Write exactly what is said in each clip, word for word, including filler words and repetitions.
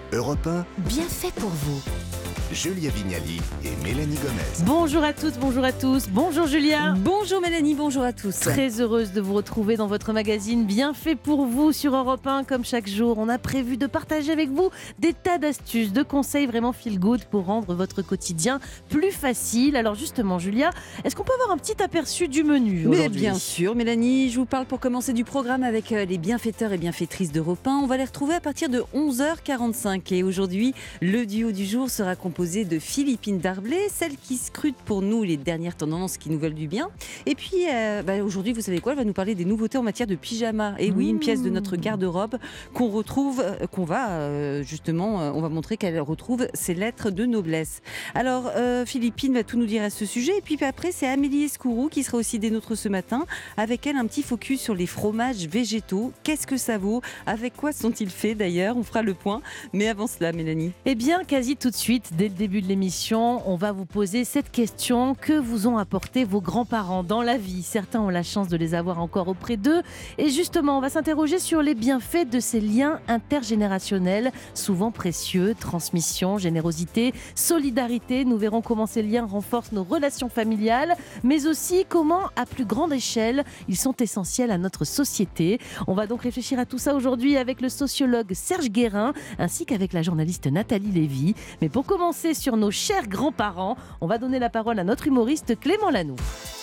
Europe un, Bien fait pour vous. Julia Vignali et Mélanie Gomez. Bonjour à toutes, bonjour à tous. Bonjour Julia. Bonjour Mélanie, bonjour à tous. Très heureuse de vous retrouver dans votre magazine Bien fait pour vous sur Europe un. Comme chaque jour, on a prévu de partager avec vous des tas d'astuces, de conseils vraiment feel good pour rendre votre quotidien plus facile. Alors justement Julia, est-ce qu'on peut avoir un petit aperçu du menu Mais aujourd'hui ? bien sûr Mélanie, je vous parle pour commencer du programme avec les bienfaiteurs et bienfaitrices d'Europe un. On va les retrouver à partir de onze heures quarante-cinq et aujourd'hui, le duo du jour sera composé de Philippine Darblay, celle qui scrute pour nous les dernières tendances qui nous veulent du bien. Et puis euh, bah aujourd'hui, vous savez quoi, elle va nous parler des nouveautés en matière de pyjama. Et oui, une pièce de notre garde-robe qu'on retrouve, euh, qu'on va euh, justement, euh, on va montrer qu'elle retrouve ses lettres de noblesse. Alors euh, Philippine va tout nous dire à ce sujet. Et puis après, c'est Amélie Escourou qui sera aussi des nôtres ce matin. Avec elle, un petit focus sur les fromages végétaux. Qu'est-ce que ça vaut ? Avec quoi sont-ils faits d'ailleurs ? On fera le point. Mais avant cela, Mélanie. Eh bien, quasi tout de suite, dès le début de l'émission, on va vous poser cette question. Que vous ont apporté vos grands-parents dans la vie ? Certains ont la chance de les avoir encore auprès d'eux. Et justement, on va s'interroger sur les bienfaits de ces liens intergénérationnels, souvent précieux. Transmission, générosité, solidarité. Nous verrons comment ces liens renforcent nos relations familiales, mais aussi comment, à plus grande échelle, ils sont essentiels à notre société. On va donc réfléchir à tout ça aujourd'hui avec le sociologue Serge Guérin, ainsi qu'avec la journaliste Nathalie Lévy. Mais pour commencer sur nos chers grands-parents, on va donner la parole à notre humoriste Clément Lanoux.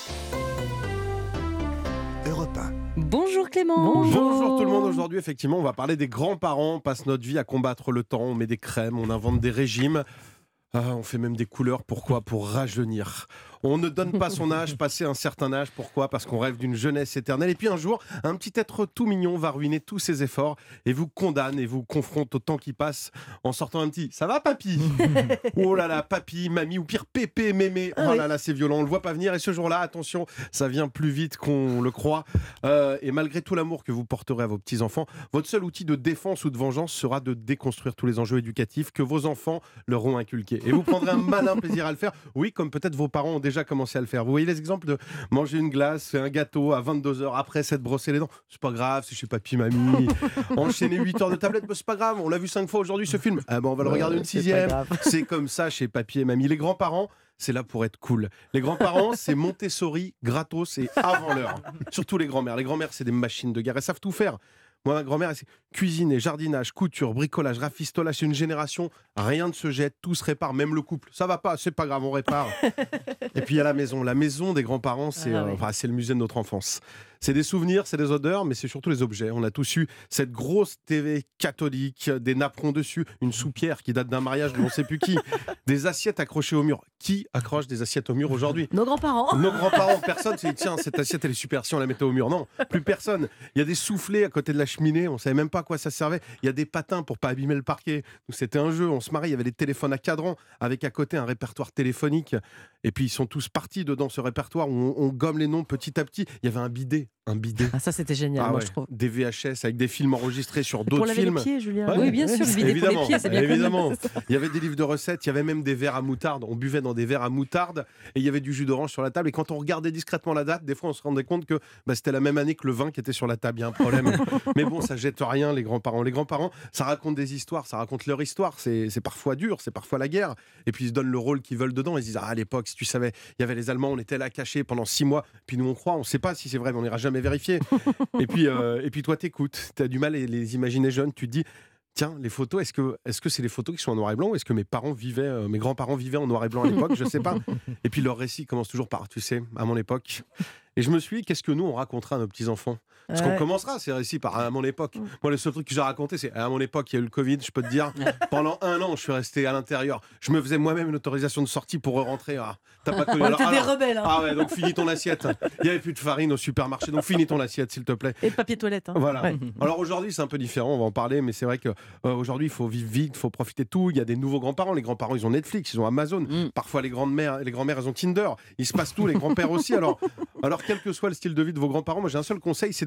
Europe un. Bonjour Clément. Bonjour. Bonjour tout le monde, aujourd'hui effectivement on va parler des grands-parents. On passe notre vie à combattre le temps, on met des crèmes, on invente des régimes. Ah, on fait même des couleurs, pourquoi ? Pour rajeunir. On ne donne pas son âge, passer un certain âge, pourquoi ? Parce qu'on rêve d'une jeunesse éternelle. Et puis un jour, un petit être tout mignon va ruiner tous ses efforts et vous condamne et vous confronte au temps qui passe en sortant un petit « ça va papy ?» Oh là là, papy, mamie ou pire pépé, mémé. Oh là là, c'est violent, on le voit pas venir. Et ce jour-là, attention, ça vient plus vite qu'on le croit. Euh, et malgré tout l'amour que vous porterez à vos petits-enfants, votre seul outil de défense ou de vengeance sera de déconstruire tous les enjeux éducatifs que vos enfants leur ont inculqués. Et vous prendrez un malin plaisir à le faire. Oui, comme peut-être vos parents ont déjà commencé à le faire. Vous voyez les exemples de manger une glace et un gâteau à vingt-deux heures après s'être brossé les dents. C'est pas grave, c'est chez papy, mamie. Enchaîner huit heures de tablette, bah, c'est pas grave. On l'a vu cinq fois aujourd'hui ce film. Ah ben, on va le regarder une sixième. C'est comme ça chez papy et mamie. Les grands-parents, c'est là pour être cool. Les grands-parents, c'est Montessori, gratos et avant l'heure. Surtout les grands-mères. Les grands-mères, c'est des machines de guerre. Elles savent tout faire. Moi, ma grand-mère, c'est cuisiner, jardinage, couture, bricolage, rafistolage. C'est une génération, rien ne se jette, tout se répare, même le couple. Ça va pas, c'est pas grave, on répare. Et puis il y a la maison. La maison des grands-parents, c'est, Ah, euh, oui. enfin, c'est le musée de notre enfance. C'est des souvenirs, c'est des odeurs, mais c'est surtout les objets. On a tous eu cette grosse T V catholique, des napperons dessus, une soupière qui date d'un mariage de on ne sait plus qui, des assiettes accrochées au mur. Qui accroche des assiettes au mur aujourd'hui ? Nos grands-parents. Nos grands-parents, personne s'est dit tiens, cette assiette elle est super si on la mettait au mur. Non, plus personne. Il y a des soufflets à côté de la cheminée, on savait même pas à quoi ça servait. Il y a des patins pour pas abîmer le parquet. Nous, c'était un jeu, on se mariait, il y avait des téléphones à cadran avec à côté un répertoire téléphonique. Et puis ils sont tous partis dedans ce répertoire où on, on gomme les noms petit à petit. Il y avait un bidet, un bidet. Ah, ça c'était génial, Ah moi ouais, je trouve. des V H S avec des films enregistrés sur Pour d'autres laver films. les pieds, Julien. Ouais. Oui, bien sûr, le bidet pour Évidemment, les pieds, c'est bien évidemment. connu. Il y avait des livres de recettes, il y avait même des verres à moutarde. On buvait dans des verres à moutarde et il y avait du jus d'orange sur la table. Et quand on regardait discrètement la date, des fois on se rendait compte que bah, c'était la même année que le vin qui était sur la table. Il y a un problème. Mais bon, ça jette rien, les grands-parents. Les grands-parents, ça raconte des histoires, ça raconte leur histoire. C'est, c'est parfois dur, c'est parfois la guerre. Et puis ils se donnent le rôle qu'ils veulent dedans. Ils se disent ah, à l'époque, si tu savais, il y avait les Allemands, on était là cachés pendant six mois. Puis nous on croit, on ne sait pas si c'est vrai, mais on n'ira jamais vérifier. et, puis, euh, et puis toi, t'écoutes. Tu as du mal à les imaginer jeunes. Tu te dis tiens, les photos, est-ce que, est-ce que c'est les photos qui sont en noir et blanc ou est-ce que mes parents vivaient, euh, mes grands-parents vivaient en noir et blanc à l'époque ? Je ne sais pas. Et puis leur récit commence toujours par, tu sais, à mon époque. Et je me suis dit, qu'est-ce que nous, on racontera à nos petits-enfants ? Parce Ouais. qu'on commencera ces récits par à mon époque. Moi, le seul truc que j'ai raconté, c'est à mon époque, il y a eu le Covid, je peux te dire. Pendant un an, je suis resté à l'intérieur. Je me faisais moi-même une autorisation de sortie pour rentrer. Ah, t'as pas connu. On Alors, était des alors- rebelles. Hein. ah ouais, donc finis ton assiette. Il n'y avait plus de farine au supermarché, donc finis ton assiette, s'il te plaît. Et le papier toilette. Hein. Voilà. Ouais. Alors aujourd'hui, c'est un peu différent, on va en parler, mais c'est vrai qu'aujourd'hui, il faut vivre vite, il faut profiter de tout. Il y a des nouveaux grands-parents. Les grands-parents, ils ont Netflix, ils ont Amazon. Mm. Parfois, les grandes-mères, les grands-mères, elles ont Tinder. Il se passe tout, les grands-pères aussi. Alors, alors, quel que soit le style de vie de vos grands-parents, moi, j'ai un seul conseil, c'est de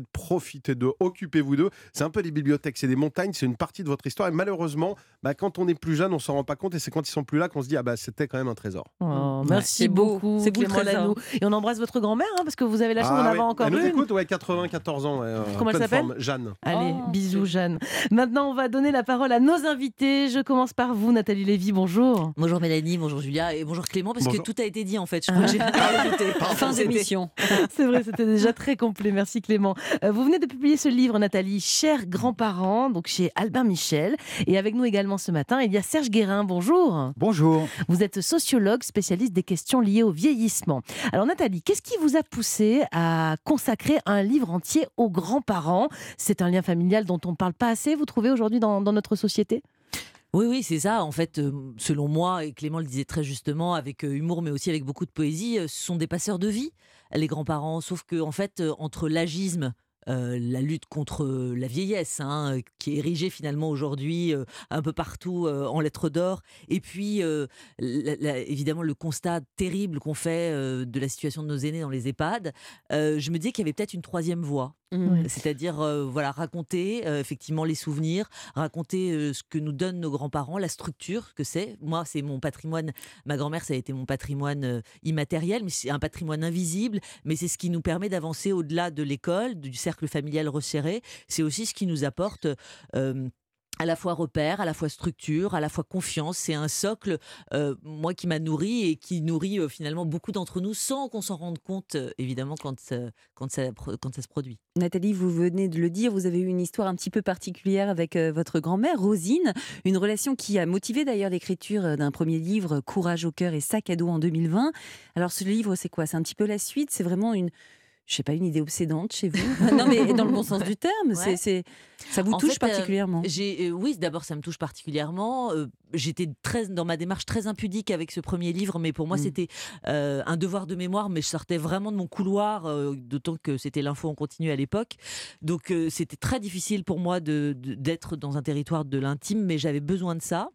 faites, profitez d'eux, occupez-vous d'eux. C'est un peu les bibliothèques, c'est des montagnes, c'est une partie de votre histoire. Et malheureusement, bah, quand on est plus jeune, on s'en rend pas compte. Et c'est quand ils sont plus là qu'on se dit, ah bah c'était quand même un trésor. Oh, Ouais, merci c'est beau. beaucoup, C'est beau le Clément trésor. Lanoux. Et on embrasse votre grand-mère, hein, parce que vous avez la chance Ah d'en ouais. avoir encore Elle nous une. écoute, ouais, quatre-vingt-quatorze ans. Ouais, euh, Comment elle pleine s'appelle forme. Jeanne. Allez, Oh, bisous c'est- Jeanne. Maintenant, on va donner la parole à nos invités. Je commence par vous, Nathalie Lévy, bonjour. Bonjour Mélanie, bonjour Julia et bonjour Clément, parce Bonjour. que tout a été dit en fait. Je crois que j'ai rien ajouté. Fin C'était- d'émission. C'est vrai, c'était déjà très complet. Merci Clément. Euh, vous venez de publier ce livre, Nathalie, Chers grands-parents, donc chez Albin Michel. Et avec nous également ce matin, il y a Serge Guérin. Bonjour. Bonjour. Vous êtes sociologue, spécialiste des questions liées au vieillissement. Alors Nathalie, qu'est-ce qui vous a poussé à consacrer un livre entier aux grands-parents ? C'est un lien familial dont on ne parle pas assez, vous trouvez, aujourd'hui dans, dans notre société ? Oui, oui, c'est ça. En fait, euh, selon moi, et Clément le disait très justement, avec euh, humour, mais aussi avec beaucoup de poésie, euh, ce sont des passeurs de vie, les grands-parents. Sauf que, en fait, euh, entre l'agisme, euh, la lutte contre euh, la vieillesse, hein, euh, qui est érigée finalement aujourd'hui euh, un peu partout euh, en lettres d'or, et puis euh, la- la- évidemment le constat terrible qu'on fait euh, de la situation de nos aînés dans les EHPAD, euh, je me disais qu'il y avait peut-être une troisième voie. Oui. C'est-à-dire euh, voilà, raconter euh, effectivement les souvenirs, raconter euh, ce que nous donnent nos grands-parents, la structure que c'est. Moi, c'est mon patrimoine. Ma grand-mère, ça a été mon patrimoine euh, immatériel, mais c'est un patrimoine invisible. Mais c'est ce qui nous permet d'avancer au-delà de l'école, du cercle familial resserré. C'est aussi ce qui nous apporte euh, à la fois repère, à la fois structure, à la fois confiance. C'est un socle, euh, moi, qui m'a nourri et qui nourrit euh, finalement beaucoup d'entre nous sans qu'on s'en rende compte, euh, évidemment, quand, euh, quand, ça, quand ça se produit. Nathalie, vous venez de le dire, vous avez eu une histoire un petit peu particulière avec euh, votre grand-mère, Rosine. Une relation qui a motivé d'ailleurs l'écriture euh, d'un premier livre, Courage au cœur et sac à dos en deux mille vingt. Alors ce livre, c'est quoi ? C'est un petit peu la suite ? C'est vraiment une... Je sais pas, une idée obsédante chez vous. Non, mais dans le bon sens du terme, c'est, Ouais. c'est, ça vous En touche fait, euh, particulièrement. J'ai, euh, oui, d'abord ça me touche particulièrement. Euh, j'étais très dans ma démarche très impudique avec ce premier livre, mais pour moi Mm. c'était euh, un devoir de mémoire. Mais je sortais vraiment de mon couloir, euh, d'autant que c'était l'info en continu à l'époque. Donc euh, c'était très difficile pour moi de, de- d'être dans un territoire de l'intime, mais j'avais besoin de ça.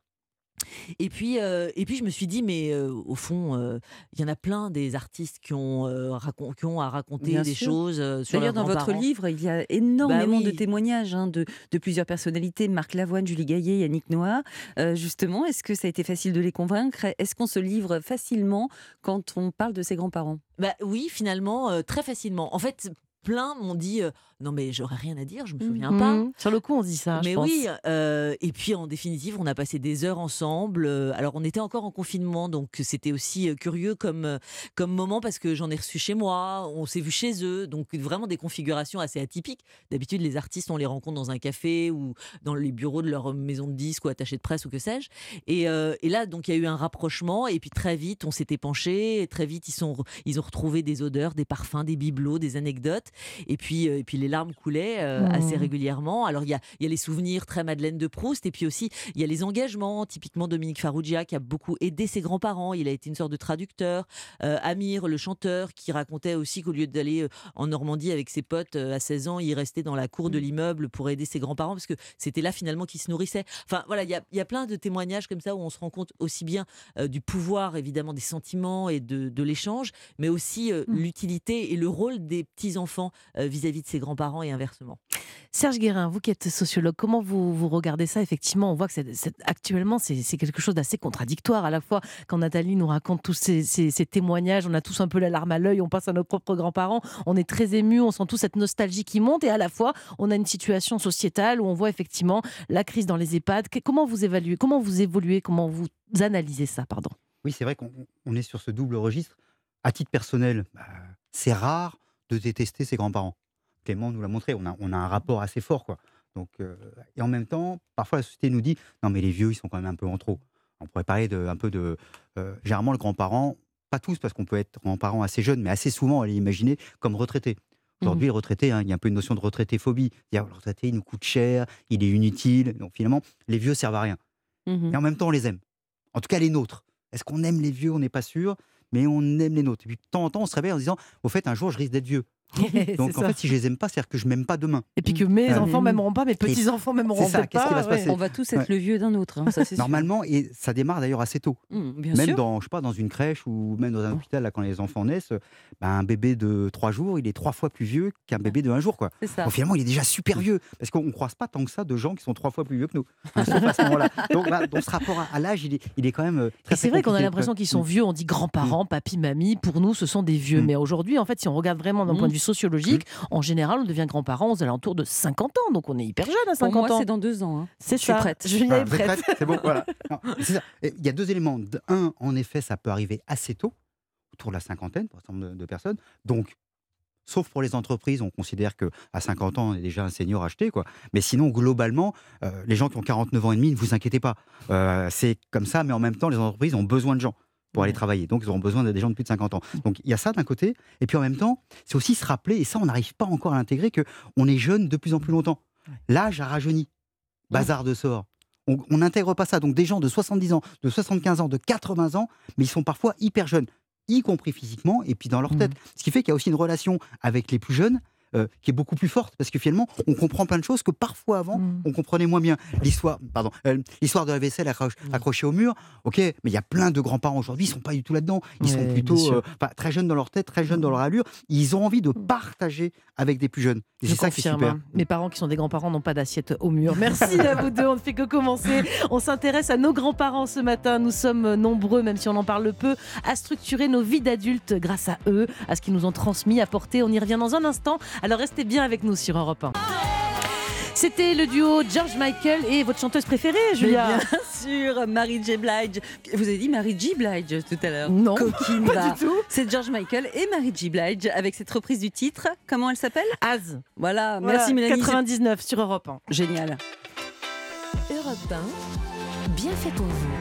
Et puis, euh, et puis je me suis dit, mais euh, au fond, euh, il y en a plein des artistes qui ont, euh, racon- qui ont à raconter Bien des sûr. choses euh, sur D'ailleurs, leurs dans votre grands-parents. livre, il y a énormément Bah oui. de témoignages hein, de, de plusieurs personnalités, Marc Lavoine, Julie Gaillet, Yannick Noah. Euh, justement, est-ce que ça a été facile de les convaincre ? Est-ce qu'on se livre facilement quand on parle de ses grands-parents ? Bah oui, finalement, euh, très facilement. En fait, plein m'ont dit euh, non mais j'aurais rien à dire, je me souviens pas. Mmh. Sur le coup, on se dit ça, Mais je pense. oui, euh, et puis en définitive, on a passé des heures ensemble. Euh, Alors, on était encore en confinement, donc c'était aussi euh, curieux comme, euh, comme moment parce que j'en ai reçu chez moi, on s'est vu chez eux, donc vraiment des configurations assez atypiques. D'habitude, les artistes, on les rencontre dans un café ou dans les bureaux de leur maison de disques ou attachés de presse ou que sais-je. Et, euh, et là, donc, il y a eu un rapprochement, et puis très vite, on s'était penché, et très vite, ils, sont, ils ont retrouvé des odeurs, des parfums, des bibelots, des anecdotes, et puis, euh, et puis les larmes coulaient euh, Mmh. assez régulièrement. Alors, il y a, il y a les souvenirs très Madeleine de Proust, et puis aussi, il y a les engagements. Typiquement, Dominique Farrugia, qui a beaucoup aidé ses grands-parents. Il a été une sorte de traducteur. Euh, Amir, le chanteur, qui racontait aussi qu'au lieu d'aller euh, en Normandie avec ses potes euh, à seize ans, il restait dans la cour de l'immeuble pour aider ses grands-parents, parce que c'était là, finalement, qu'il se nourrissait. Enfin, voilà, il y a, il y a plein de témoignages comme ça où on se rend compte aussi bien euh, du pouvoir, évidemment, des sentiments et de, de l'échange, mais aussi euh, Mmh. l'utilité et le rôle des petits-enfants euh, vis-à-vis de ses grands-parents et inversement. Serge Guérin, vous qui êtes sociologue, comment vous, vous regardez ça ? Effectivement, on voit que c'est, c'est- actuellement, c'est, c'est quelque chose d'assez contradictoire. À la fois, quand Nathalie nous raconte tous ces, ces- ces témoignages, on a tous un peu la larme à l'œil, on pense à nos propres grands-parents, on est très émus, on sent tous cette nostalgie qui monte, et à la fois, on a une situation sociétale où on voit effectivement la crise dans les EHPAD. Que- Comment vous évaluez, comment vous évoluez, comment vous analysez ça, pardon ? Oui, c'est vrai qu'on on est sur ce double registre. À titre personnel, bah, c'est rare de détester ses grands-parents. Clément nous l'a montré, on a, on a un rapport assez fort, quoi. Donc, euh, et en même temps, parfois la société nous dit non, mais les vieux, ils sont quand même un peu en trop. On pourrait parler de, un peu de. Euh, généralement, le grand-parent, pas tous, parce qu'on peut être grand-parent assez jeune, mais assez souvent, allez imaginer, comme retraité. Aujourd'hui, les retraités, hein, il y a un peu une notion de retraité-phobie. C'est-à-dire, le retraité, il nous coûte cher, il est inutile. Donc finalement, les vieux servent à rien. Mhm. Et en même temps, on les aime. En tout cas, les nôtres. Est-ce qu'on aime les vieux ? On n'est pas sûr, mais on aime les nôtres. Et puis, de temps en temps, on se réveille en se disant, au fait, un jour, je risque d'être vieux. C'est Donc en ça. fait, si je les aime pas, c'est-à-dire que je m'aime pas demain. Et puis que mes Euh, enfants m'aimeront pas, mes petits-enfants m'aimeront c'est ça, peut-être qu'est-ce qui pas. va se ouais. passer On va tous être Ouais. le vieux d'un autre, hein, ça c'est sûr. Normalement, et ça démarre d'ailleurs assez tôt. Mmh, bien Même sûr. dans, je sais pas, dans une crèche ou même dans un hôpital, là, quand les enfants naissent, ben, un bébé de trois jours, il est trois fois plus vieux qu'un bébé de un jour. Quoi. C'est ça. Donc, finalement, il est déjà super vieux. Parce qu'on ne croise pas tant que ça de gens qui sont trois fois plus vieux que nous. Hein, sauf à ce moment-là. Donc, bah, donc, ce rapport à, à l'âge, il est, il est quand même euh, très Et c'est très vrai qu'on a compliqué. l'impression qu'ils sont vieux, on dit grands-parents, papy, mamie, pour nous ce sont des vieux. Mm. Mais aujourd'hui, en fait, si on regarde vraiment d'un Mm. point de vue sociologique, en général, on devient grands-parents aux alentours de cinquante ans, donc on est hyper jeune à Pour cinquante moi, ans. c'est dans deux ans. hein. C'est je suis ça. prête. Julien Voilà, est vous êtes prête. prête C'est bon, voilà. Non, c'est ça. Et il y a deux éléments. De- Un, en effet, ça peut arriver assez tôt, autour de la cinquantaine, pour un certain nombre de, de personnes. Donc, sauf pour les entreprises, on considère qu'à cinquante ans, on est déjà un senior acheté. Quoi. Mais sinon, globalement, euh, les gens qui ont quarante-neuf ans et demi, ne vous inquiétez pas. Euh, c'est comme ça, mais en même temps, les entreprises ont besoin de gens pour aller travailler. Donc, ils auront besoin de des gens de plus de cinquante ans. Donc, il y a ça d'un côté. Et puis, en même temps, c'est aussi se rappeler, et ça, on n'arrive pas encore à l'intégrer, qu'on est jeune de plus en plus longtemps. L'âge a rajeuni. Bazar de sort. On on n'intègre pas ça. Donc, des gens de soixante-dix ans, de soixante-quinze ans, de quatre-vingts ans, mais ils sont parfois hyper jeunes, y compris physiquement et puis dans leur tête. Ce qui fait qu'il y a aussi une relation avec les plus jeunes euh, qui est beaucoup plus forte parce que finalement, on comprend plein de choses que parfois avant, Mm. on comprenait moins bien. L'histoire, pardon, euh, l'histoire de la vaisselle accroche- accrochée au mur, ok, mais il y a plein de grands-parents aujourd'hui, ils sont pas du tout là-dedans. Ils Ouais, sont bien plutôt sûr. euh, enfin, très jeunes dans leur tête, très jeunes dans leur allure. Ils ont envie de partager avec des plus jeunes. Et Je c'est ça qui est confirme. super. hein. Mes parents qui sont des grands-parents n'ont pas d'assiette au mur. Merci à vous deux, on ne fait que commencer. On s'intéresse à nos grands-parents ce matin. Nous sommes nombreux, même si on en parle peu, à structurer nos vies d'adultes grâce à eux, à ce qu'ils nous ont transmis, apporté. On y revient dans un instant. Alors restez bien avec nous sur Europe un. C'était le duo George Michael et votre chanteuse préférée, Julia. Bien sûr, Mary J. Blige. Vous avez dit Mary J. Blige tout à l'heure. Non, Coquine, pas va. du tout. C'est George Michael et Mary J. Blige avec cette reprise du titre. Comment elle s'appelle? Az. Voilà, Voilà, merci Mélanie. quatre-vingt-dix-neuf sur Europe un. c'est Génial. Europe un, bien fait pour vous.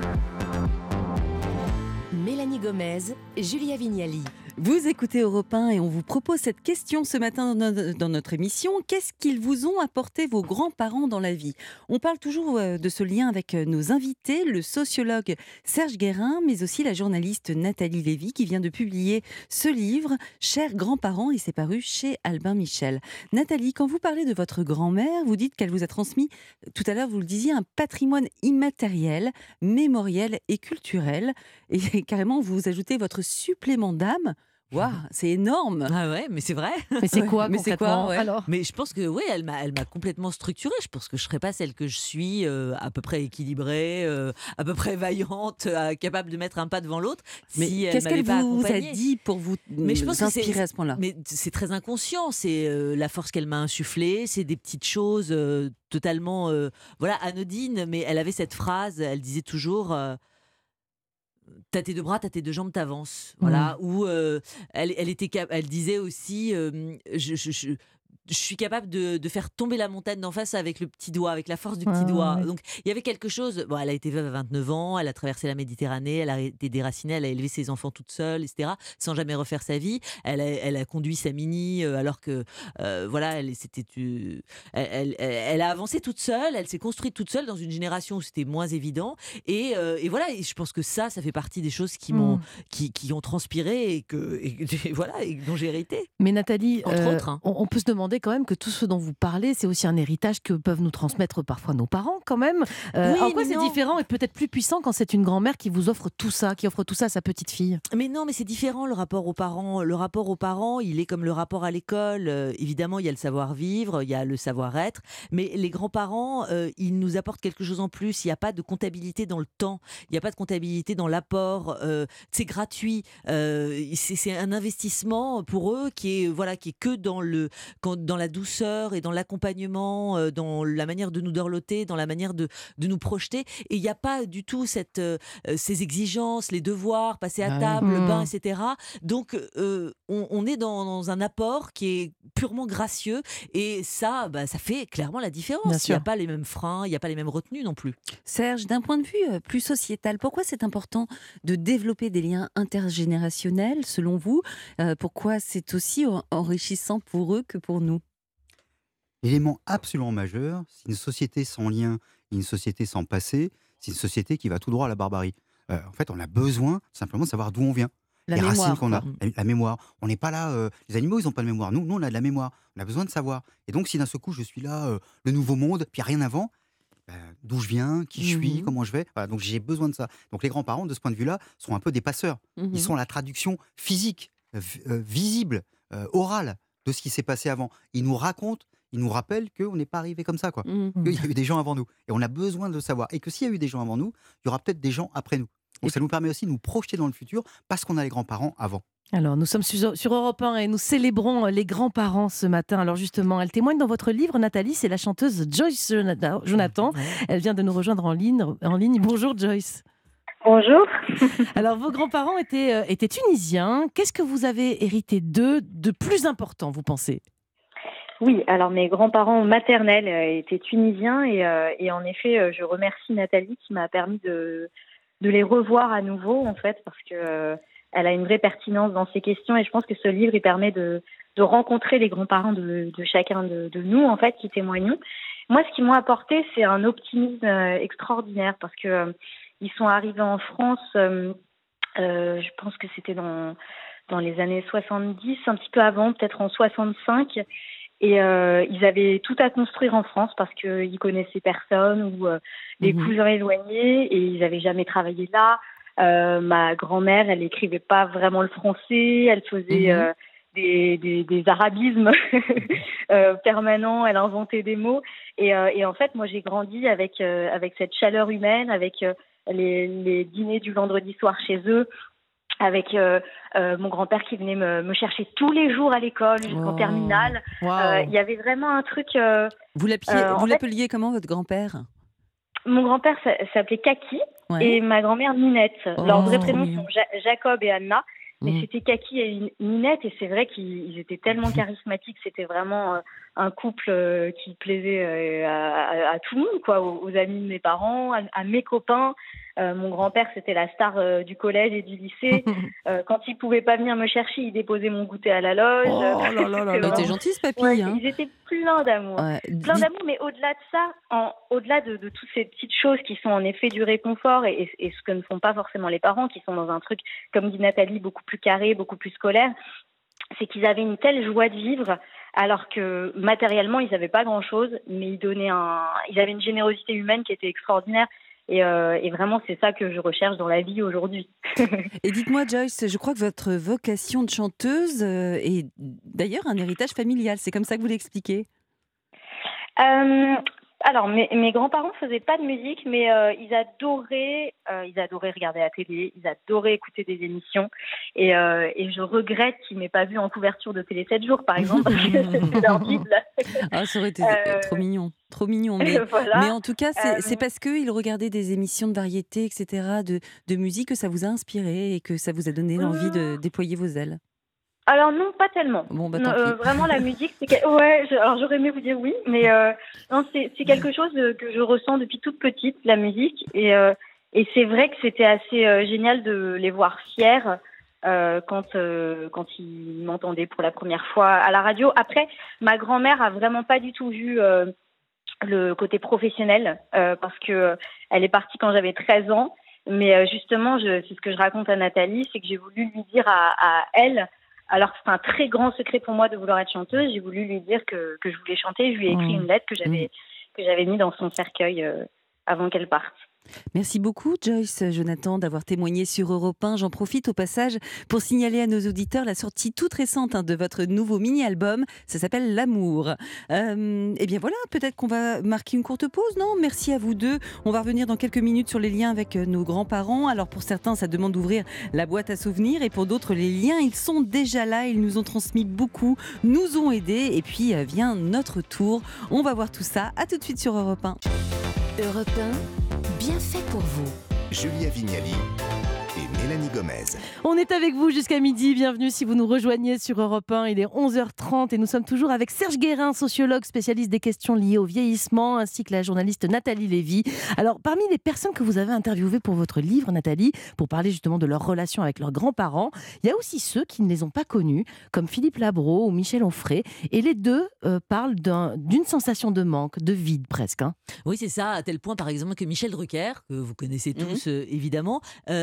Mélanie Gomez, Julia Vignali. Vous écoutez Europe un et on vous propose cette question ce matin dans no- dans notre émission. Qu'est-ce qu'ils vous ont apporté vos grands-parents dans la vie? On parle toujours euh, de ce lien avec euh, nos invités, le sociologue Serge Guérin, mais aussi la journaliste Nathalie Lévy qui vient de publier ce livre, Chers grands-parents, et c'est paru chez Albin Michel. Nathalie, quand vous parlez de votre grand-mère, vous dites qu'elle vous a transmis, tout à l'heure vous le disiez, un patrimoine immatériel, mémoriel et culturel. Et carrément, vous ajoutez votre supplément d'âme. Waouh, c'est énorme. Ah ouais, mais c'est vrai. Mais c'est quoi Mais c'est quoi, concrètement ouais. alors? Mais je pense que oui, elle m'a, elle m'a complètement structurée. Je pense que je serais pas celle que je suis, euh, à peu près équilibrée, euh, à peu près vaillante, euh, capable de mettre un pas devant l'autre. Mais si elle qu'est-ce m'avait qu'elle pas vous a accompagnée. dit pour vous Mais je pense que c'est- inspirer à ce point-là? Mais c'est très inconscient, c'est euh, la force qu'elle m'a insufflée, c'est des petites choses euh, totalement euh, voilà, anodines, mais elle avait cette phrase, elle disait toujours euh, t'as tes deux bras, t'as tes deux jambes, t'avances. Voilà. Ou euh, elle, elle, était cap- elle disait aussi euh, je, je- je- je suis capable de, de faire tomber la montagne d'en face avec le petit doigt, avec la force du petit Ah, doigt. ouais. Donc il y avait quelque chose. Bon, elle a été veuve à vingt-neuf ans, elle a traversé la Méditerranée, elle a été déracinée, elle a élevé ses enfants toute seule, et cetera, sans jamais refaire sa vie. Elle a, elle a conduit sa mini, euh, alors que euh, voilà, elle, c'était, euh, elle, elle- elle a avancé toute seule, elle s'est construite toute seule dans une génération où c'était moins évident. Et, euh, et voilà, et je pense que ça, ça fait partie des choses qui m'ont, Mm. qui, qui ont transpiré et que, et, que- voilà, et dont j'ai hérité. Mais Nathalie, Entre autres, hein. on, on peut se demander quand même que tout ce dont vous parlez, c'est aussi un héritage que peuvent nous transmettre parfois nos parents quand même. Euh, Oui, en quoi mais c'est non. différent et peut-être plus puissant quand c'est une grand-mère qui vous offre tout ça, qui offre tout ça à sa petite fille? Mais non, mais c'est différent le rapport aux parents. Le rapport aux parents, il est comme le rapport à l'école. Euh, évidemment, il y a le savoir-vivre, il y a le savoir-être. Mais les grands-parents, euh, ils nous apportent quelque chose en plus. Il n'y a pas de comptabilité dans le temps. Il n'y a pas de comptabilité dans l'apport. Euh, c'est gratuit. Euh, c'est, c'est un investissement pour eux qui est, voilà, qui est que dans, le, quand- dans la douceur et dans l'accompagnement, euh, dans la manière de nous dorloter, dans la manière de, de nous projeter. Et il n'y a pas du tout cette, euh, ces exigences, les devoirs, passer à Ah oui. table, le Mmh. bain, et cetera. Donc, euh, on, on est dans, dans un apport qui est purement gracieux. Et ça, bah, ça fait clairement la différence. Bien Il n'y sûr. a pas les mêmes freins, il n'y a pas les mêmes retenues non plus. Serge, d'un point de vue euh, plus sociétal, pourquoi c'est important de développer des liens intergénérationnels, selon vous? Euh, Pourquoi c'est aussi en- enrichissant pour eux que pour nous? L'élément absolument majeur, c'est une société sans lien, une société sans passé, c'est une société qui va tout droit à la barbarie. Euh, en fait, on a besoin simplement de savoir d'où on vient. La les mémoire, racines qu'on a, quoi. la, la mémoire. On n'est pas là, euh, les animaux, ils n'ont pas de mémoire. Nous, nous, on a de la mémoire. On a besoin de savoir. Et donc, si d'un seul coup, je suis là, euh, le nouveau monde, puis il n'y a rien avant, ben, d'où je viens, qui je suis, Mhm. comment je vais. Voilà, donc, j'ai besoin de ça. Donc, les grands-parents, de ce point de vue-là, sont un peu des passeurs. Mhm. Ils sont la traduction physique, euh, vi- euh, visible, euh, orale de ce qui s'est passé avant. Ils nous racontent, ils nous rappellent qu'on n'est pas arrivé comme ça, quoi. Mhm. Il y a eu des gens avant nous. Et on a besoin de le savoir. Et que s'il y a eu des gens avant nous, il y aura peut-être des gens après nous. Donc Et ça nous permet aussi de nous projeter dans le futur parce qu'on a les grands-parents avant. Alors, nous sommes sur, sur Europe un et nous célébrons les grands-parents ce matin. Alors justement, elle témoigne dans votre livre, Nathalie, c'est la chanteuse Joyce Jonathan. Jonathan. Elle vient de nous rejoindre en ligne. En ligne. Bonjour Joyce. Bonjour. Alors, vos grands-parents étaient, euh, étaient tunisiens. Qu'est-ce que vous avez hérité d'eux de plus important, vous pensez? Oui, alors mes grands-parents maternels euh, étaient tunisiens et, euh, et en effet, euh, je remercie Nathalie qui m'a permis de, de les revoir à nouveau en fait parce que euh, elle a une vraie pertinence dans ces questions et je pense que ce livre il permet de, de rencontrer les grands-parents de, de chacun de, de nous en fait qui témoignons. Moi, ce qu'ils m'ont apporté, c'est un optimisme euh, extraordinaire parce que euh, ils sont arrivés en France. Euh, euh, je pense que c'était dans dans les années soixante-dix, un petit peu avant, peut-être en soixante-cinq. Et euh, ils avaient tout à construire en France parce qu'ils connaissaient personne ou euh, des Mhm. cousins éloignés et ils n'avaient jamais travaillé là. Euh, ma grand-mère, elle n'écrivait pas vraiment le français, elle faisait Mhm. euh, des, des, des arabismes euh, permanents, elle inventait des mots. Et, euh, et en fait, moi, j'ai grandi avec, euh, avec cette chaleur humaine, avec euh, les, les dîners du vendredi soir chez eux, avec euh, euh, mon grand-père qui venait me, me chercher tous les jours à l'école jusqu'en Oh. terminale. Waouh. Euh, Il y avait vraiment un truc. euh, Vous l'appeliez- Euh, en vous fait- l'appeliez comment, votre grand-père? Mon grand-père s'a- s'appelait Kaki Ouais. et ma grand-mère Ninette. Leurs Oh, vrais trop prénoms mignon. sont Ja- Jacob et Anna, mais Mm. c'était Kaki et Ninette et c'est vrai qu'ils ils étaient tellement charismatiques. C'était vraiment euh, un couple euh, qui plaisait euh, à, à- à tout le monde, quoi, aux, aux amis de mes parents, à, à mes copains. Euh, mon grand-père, c'était la star euh, du collège et du lycée. Euh, quand il pouvait pas venir me chercher, il déposait mon goûter à la loge. Oh là là là C'était là. Il était vraiment- gentil, ce papy. Ouais, hein. ils étaient pleins d'amour. Ouais. Plein Dites- d'amour, mais au-delà de ça, en, au-delà de, de toutes ces petites choses qui sont en effet du réconfort et, et- et ce que ne font pas forcément les parents, qui sont dans un truc, comme dit Nathalie, beaucoup plus carré, beaucoup plus scolaire, c'est qu'ils avaient une telle joie de vivre, alors que matériellement, ils n'avaient pas grand-chose, mais ils donnaient un, ils avaient une générosité humaine qui était extraordinaire. Et, euh, et vraiment, c'est ça que je recherche dans la vie aujourd'hui. Et dites-moi, Joyce, je crois que votre vocation de chanteuse euh, est d'ailleurs un héritage familial. C'est comme ça que vous l'expliquez? Euh, alors, mes, mes grands-parents faisaient pas de musique, mais euh, ils adoraient, euh, ils adoraient regarder la télé, ils adoraient écouter des émissions, et, euh, et je regrette qu'ils m'aient pas vu en couverture de Télé sept jours, par exemple, parce que c'était leur bible. Ah, ça aurait été Euh, trop mignon. Trop mignon. Mais, Voilà. mais en tout cas, c'est Euh, c'est parce qu'ils regardaient des émissions de variété, et cetera, de, de musique, que ça vous a inspiré et que ça vous a donné l'envie de déployer vos ailes. Alors non, pas tellement. Bon, bah Non, tant euh, pis. vraiment, la musique, c'est que- ouais. je- Alors j'aurais aimé vous dire oui, mais euh, non, c'est c'est quelque chose euh, que je ressens depuis toute petite, la musique, et euh, et c'est vrai que c'était assez euh, génial de les voir fiers euh, quand euh, quand ils m'entendaient pour la première fois à la radio. Après, ma grand-mère a vraiment pas du tout vu euh, le côté professionnel euh, parce que euh, elle est partie quand j'avais treize ans. Mais euh, justement, je, c'est ce que je raconte à Nathalie, c'est que j'ai voulu lui dire à, à elle. Alors que c'est un très grand secret pour moi de vouloir être chanteuse, j'ai voulu lui dire que, que je voulais chanter. Je lui ai écrit Mmh. une lettre que j'avais que j'avais mis dans son cercueil euh, avant qu'elle parte. Merci beaucoup, Joyce Jonathan, d'avoir témoigné sur Europe un. J'en profite au passage pour signaler à nos auditeurs la sortie toute récente hein, de votre nouveau mini-album. Ça s'appelle L'amour. Euh, et bien voilà, peut-être qu'on va marquer une courte pause, non? Merci à vous deux. On va revenir dans quelques minutes sur les liens avec nos grands-parents. Alors pour certains, ça demande d'ouvrir la boîte à souvenirs et pour d'autres, les liens, ils sont déjà là. Ils nous ont transmis beaucoup, nous ont aidés. Et puis euh, vient notre tour. On va voir tout ça. À tout de suite sur Europe un. Europe un, bien fait pour vous. Julia Vignali et Mélanie Gomez. On est avec vous jusqu'à midi. Bienvenue si vous nous rejoignez sur Europe un. Il est onze heures trente et nous sommes toujours avec Serge Guérin, sociologue spécialiste des questions liées au vieillissement, ainsi que la journaliste Nathalie Lévy. Alors, parmi les personnes que vous avez interviewées pour votre livre, Nathalie, pour parler justement de leur relation avec leurs grands-parents, il y a aussi ceux qui ne les ont pas connus, comme Philippe Labro ou Michel Onfray. Et les deux euh, parlent d'un- d'une sensation de manque, de vide presque. hein. Oui, c'est ça, à tel point, par exemple, que Michel Drucker, que vous connaissez tous, euh, évidemment, euh, s'est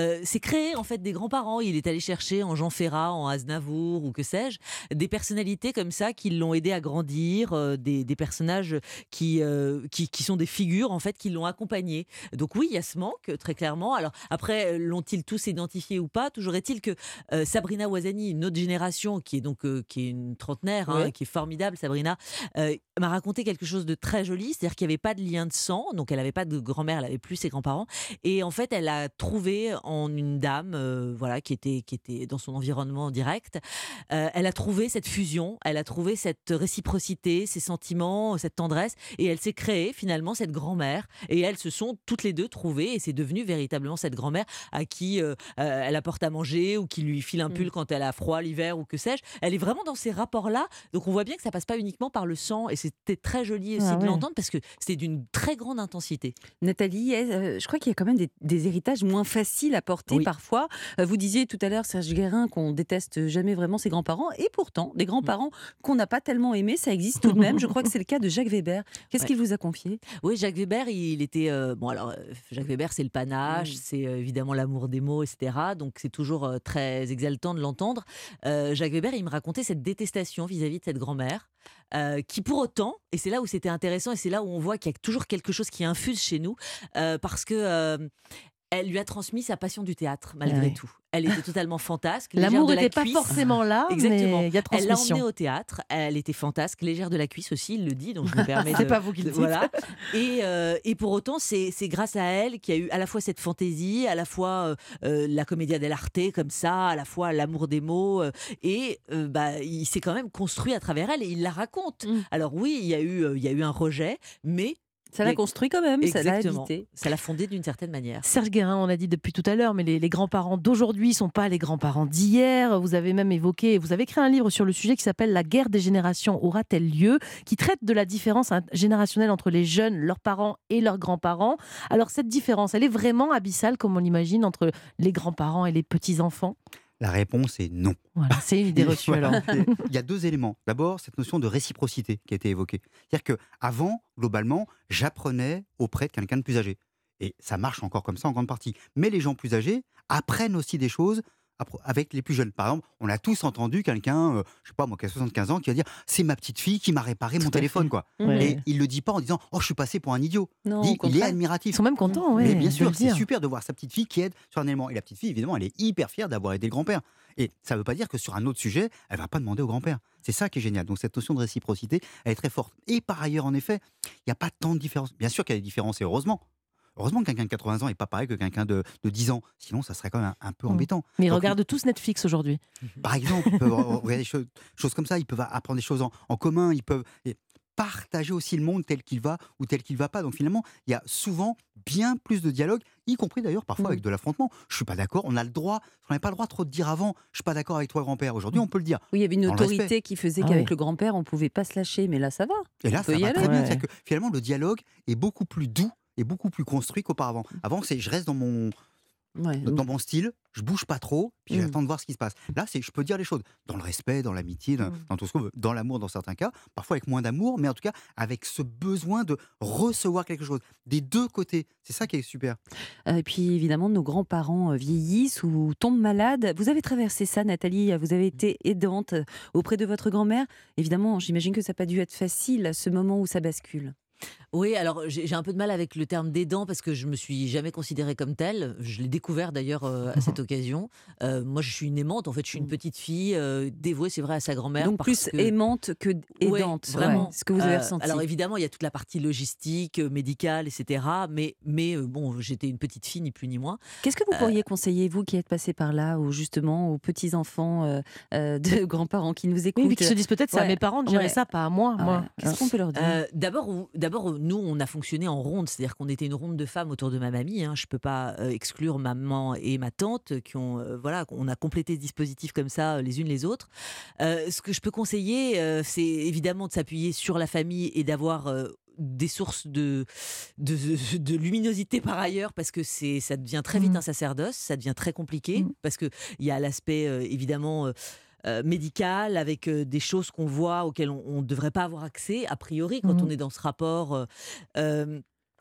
créé en fait des grands-parents. Il est allé chercher en Jean Ferrat, en Aznavour ou que sais-je, des personnalités comme ça qui l'ont aidé à grandir, euh, des, des personnages qui, euh, qui, qui sont des figures en fait qui l'ont accompagné. Donc oui, il y a ce manque très clairement. Alors après, l'ont-ils tous identifié ou pas? Toujours est-il que euh, Sabrina Ouazani, une autre génération qui est donc euh, qui est une trentenaire, hein, Ouais. qui est formidable, Sabrina, euh, m'a raconté quelque chose de très joli, c'est-à-dire qu'il n'y avait pas de lien de sang, donc elle n'avait pas de grand-mère, elle avait plus ses grands-parents, et en fait elle a trouvé en une dame, euh, voilà, qui était qui était dans son environnement direct, euh, elle a trouvé cette fusion, elle a trouvé cette réciprocité, ces sentiments, cette tendresse, et elle s'est créée finalement cette grand-mère, et elles se sont toutes les deux trouvées, et c'est devenu véritablement cette grand-mère à qui euh, euh, elle apporte à manger ou qui lui file un pull Mm. quand elle a froid l'hiver ou que sais-je. Elle est vraiment dans ces rapports-là, donc on voit bien que ça passe pas uniquement par le sang, et c'était très joli aussi Ah de ouais. l'entendre parce que c'était d'une très grande intensité. Nathalie, est- euh, je crois qu'il y a quand même des, des héritages moins faciles à porter Oui. parfois. Euh, vous disiez tout à l'heure, Serge Guérin, qu'on déteste jamais vraiment ses grands-parents. Et pourtant, des grands-parents qu'on n'a pas tellement aimés, ça existe tout de même. Je crois que c'est le cas de Jacques Weber. Qu'est-ce Ouais. qu'il vous a confié? Oui, Jacques Weber, il était euh, bon. Alors, euh, Jacques Weber, c'est le panache, Mm. c'est euh, évidemment l'amour des mots, et cetera. Donc, c'est toujours euh, très exaltant de l'entendre. Euh, Jacques Weber, il me racontait cette détestation vis-à-vis de cette grand-mère, euh, qui pour autant, et c'est là où c'était intéressant, et c'est là où on voit qu'il y a toujours quelque chose qui infuse chez nous, euh, parce que euh, elle lui a transmis sa passion du théâtre, malgré Ouais. tout. Elle était totalement fantasque, légère L'amour de la n'était pas cuisse. forcément là, Exactement. mais il y a Elle l'a transmission. emmenée au théâtre, elle était fantasque, légère de la cuisse aussi, il le dit, donc je me permets C'est de... pas vous qui le dites. Voilà. Et, euh, et pour autant, c'est c'est grâce à elle qu'il y a eu à la fois cette fantaisie, à la fois euh, euh, la commedia dell'arte comme ça, à la fois l'amour des mots, euh, et euh, bah, il s'est quand même construit à travers elle et il la raconte. Mm. Alors oui, il y a eu, euh, il y a eu un rejet, mais Ça l'a Mais- construit quand même, ça l'a exactement, habité. ça l'a fondé d'une certaine manière. Serge Guérin, on a dit depuis tout à l'heure, mais les, les grands-parents d'aujourd'hui ne sont pas les grands-parents d'hier. Vous avez même évoqué, vous avez écrit un livre sur le sujet qui s'appelle La guerre des générations aura-t-elle lieu, qui traite de la différence hein, générationnelle entre les jeunes, leurs parents et leurs grands-parents. Alors cette différence, elle est vraiment abyssale, comme on l'imagine, entre les grands-parents et les petits-enfants? La réponse est non. Voilà, c'est une idée Et reçue voilà. alors. Et il y a deux éléments. D'abord, cette notion de réciprocité qui a été évoquée. C'est-à-dire qu'avant, globalement, j'apprenais auprès de quelqu'un de plus âgé. Et ça marche encore comme ça en grande partie. Mais les gens plus âgés apprennent aussi des choses appro- avec les plus jeunes. Par exemple, on a tous entendu quelqu'un, euh, je sais pas moi, qui a soixante-quinze ans, qui va dire « c'est ma petite fille qui m'a réparé mon Tout à téléphone ». fait. Quoi. Ouais. Et il le dit pas en disant « oh, je suis passé pour un idiot ». Non, Il au dit, Il est contraire. admiratif. Ils sont même contents, ouais, Mais bien de sûr, le c'est dire. super de voir sa petite fille qui aide sur un élément. Et la petite fille, évidemment, elle est hyper fière d'avoir aidé le grand-père. Et ça ne veut pas dire que sur un autre sujet, elle va pas demander au grand-père. C'est ça qui est génial. Donc cette notion de réciprocité, elle est très forte. Et par ailleurs, en effet, il n'y a pas tant de différences. Bien sûr qu'il y a des différences, et heureusement. Heureusement que quelqu'un de quatre-vingts ans n'est pas pareil que quelqu'un de, de dix ans. Sinon, ça serait quand même un, un peu Mm. embêtant. Mais ils Donc, regardent tous Netflix aujourd'hui. par exemple, ils peuvent regarder des choses, choses comme ça, ils peuvent apprendre des choses en, en commun, ils peuvent et partager aussi le monde tel qu'il va ou tel qu'il ne va pas. Donc finalement, il y a souvent bien plus de dialogue, y compris d'ailleurs parfois Mm. avec de l'affrontement. Je ne suis pas d'accord, on a le droit, on n'avait pas le droit trop de dire avant, je ne suis pas d'accord avec toi grand-père. Aujourd'hui, on peut le dire. Oui, il y avait une Dans le autorité respect. qui faisait Ah qu'avec oui. le grand-père, on ne pouvait pas se lâcher. Mais là, ça va. Et là, On peut ça y va aller. très bien. Ouais. C'est-à-dire que finalement, le dialogue est beaucoup plus doux et beaucoup plus construit qu'auparavant. Avant, c'est je reste dans mon, Ouais. dans mon style, je bouge pas trop, puis Mm. j'attends de voir ce qui se passe. Là, c'est je peux dire les choses dans le respect, dans l'amitié, dans, Mm. dans tout ce qu'on veut, dans l'amour dans certains cas, parfois avec moins d'amour, mais en tout cas avec ce besoin de recevoir quelque chose des deux côtés. C'est ça qui est super. Euh, Et puis évidemment, nos grands-parents euh, vieillissent ou tombent malades. Vous avez traversé ça, Nathalie. Vous avez été aidante euh, auprès de votre grand-mère. Évidemment, j'imagine que ça n'a pas dû être facile, ce moment où ça bascule. Oui, alors j'ai j'ai un peu de mal avec le terme d'aidant parce que je me suis jamais considérée comme telle. Je l'ai découvert d'ailleurs euh, à cette occasion. Euh, moi, je suis une aimante. En fait, je suis une petite fille euh, dévouée, c'est vrai, à sa grand-mère. Donc parce plus que- aimante que Ouais, aidante. vraiment. Ouais, ce que vous avez Euh, ressenti. Alors évidemment, il y a toute la partie logistique, euh, médicale, et cetera. Mais, mais euh, bon, j'étais une petite fille, ni plus ni moins. Qu'est-ce que vous pourriez conseiller, vous qui êtes passé par là, ou justement aux petits-enfants euh, euh, de grands-parents qui nous écoutent Oui, mais qui se disent peut-être c'est à Ouais. mes parents de gérer Ouais. ça, pas à moi. Ah moi. ouais. Qu'est-ce qu'on peut leur dire Euh, D'abord, ou- d'abord, nous, on a fonctionné en ronde, c'est-à-dire qu'on était une ronde de femmes autour de ma mamie. Hein. Je ne peux pas euh, exclure maman et ma tante qui ont, euh, voilà, on a complété ce dispositif comme ça, euh, les unes les autres. Euh, ce que je peux conseiller, euh, c'est évidemment de s'appuyer sur la famille et d'avoir euh, des sources de, de, de luminosité par ailleurs, parce que c'est, ça devient très vite Mhm. un sacerdoce, ça devient très compliqué, Mhm. parce qu'il y a l'aspect euh, évidemment... euh, euh, médical, avec euh, des choses qu'on voit auxquelles on ne devrait pas avoir accès, a priori, quand Mhm. on est dans ce rapport. euh, euh,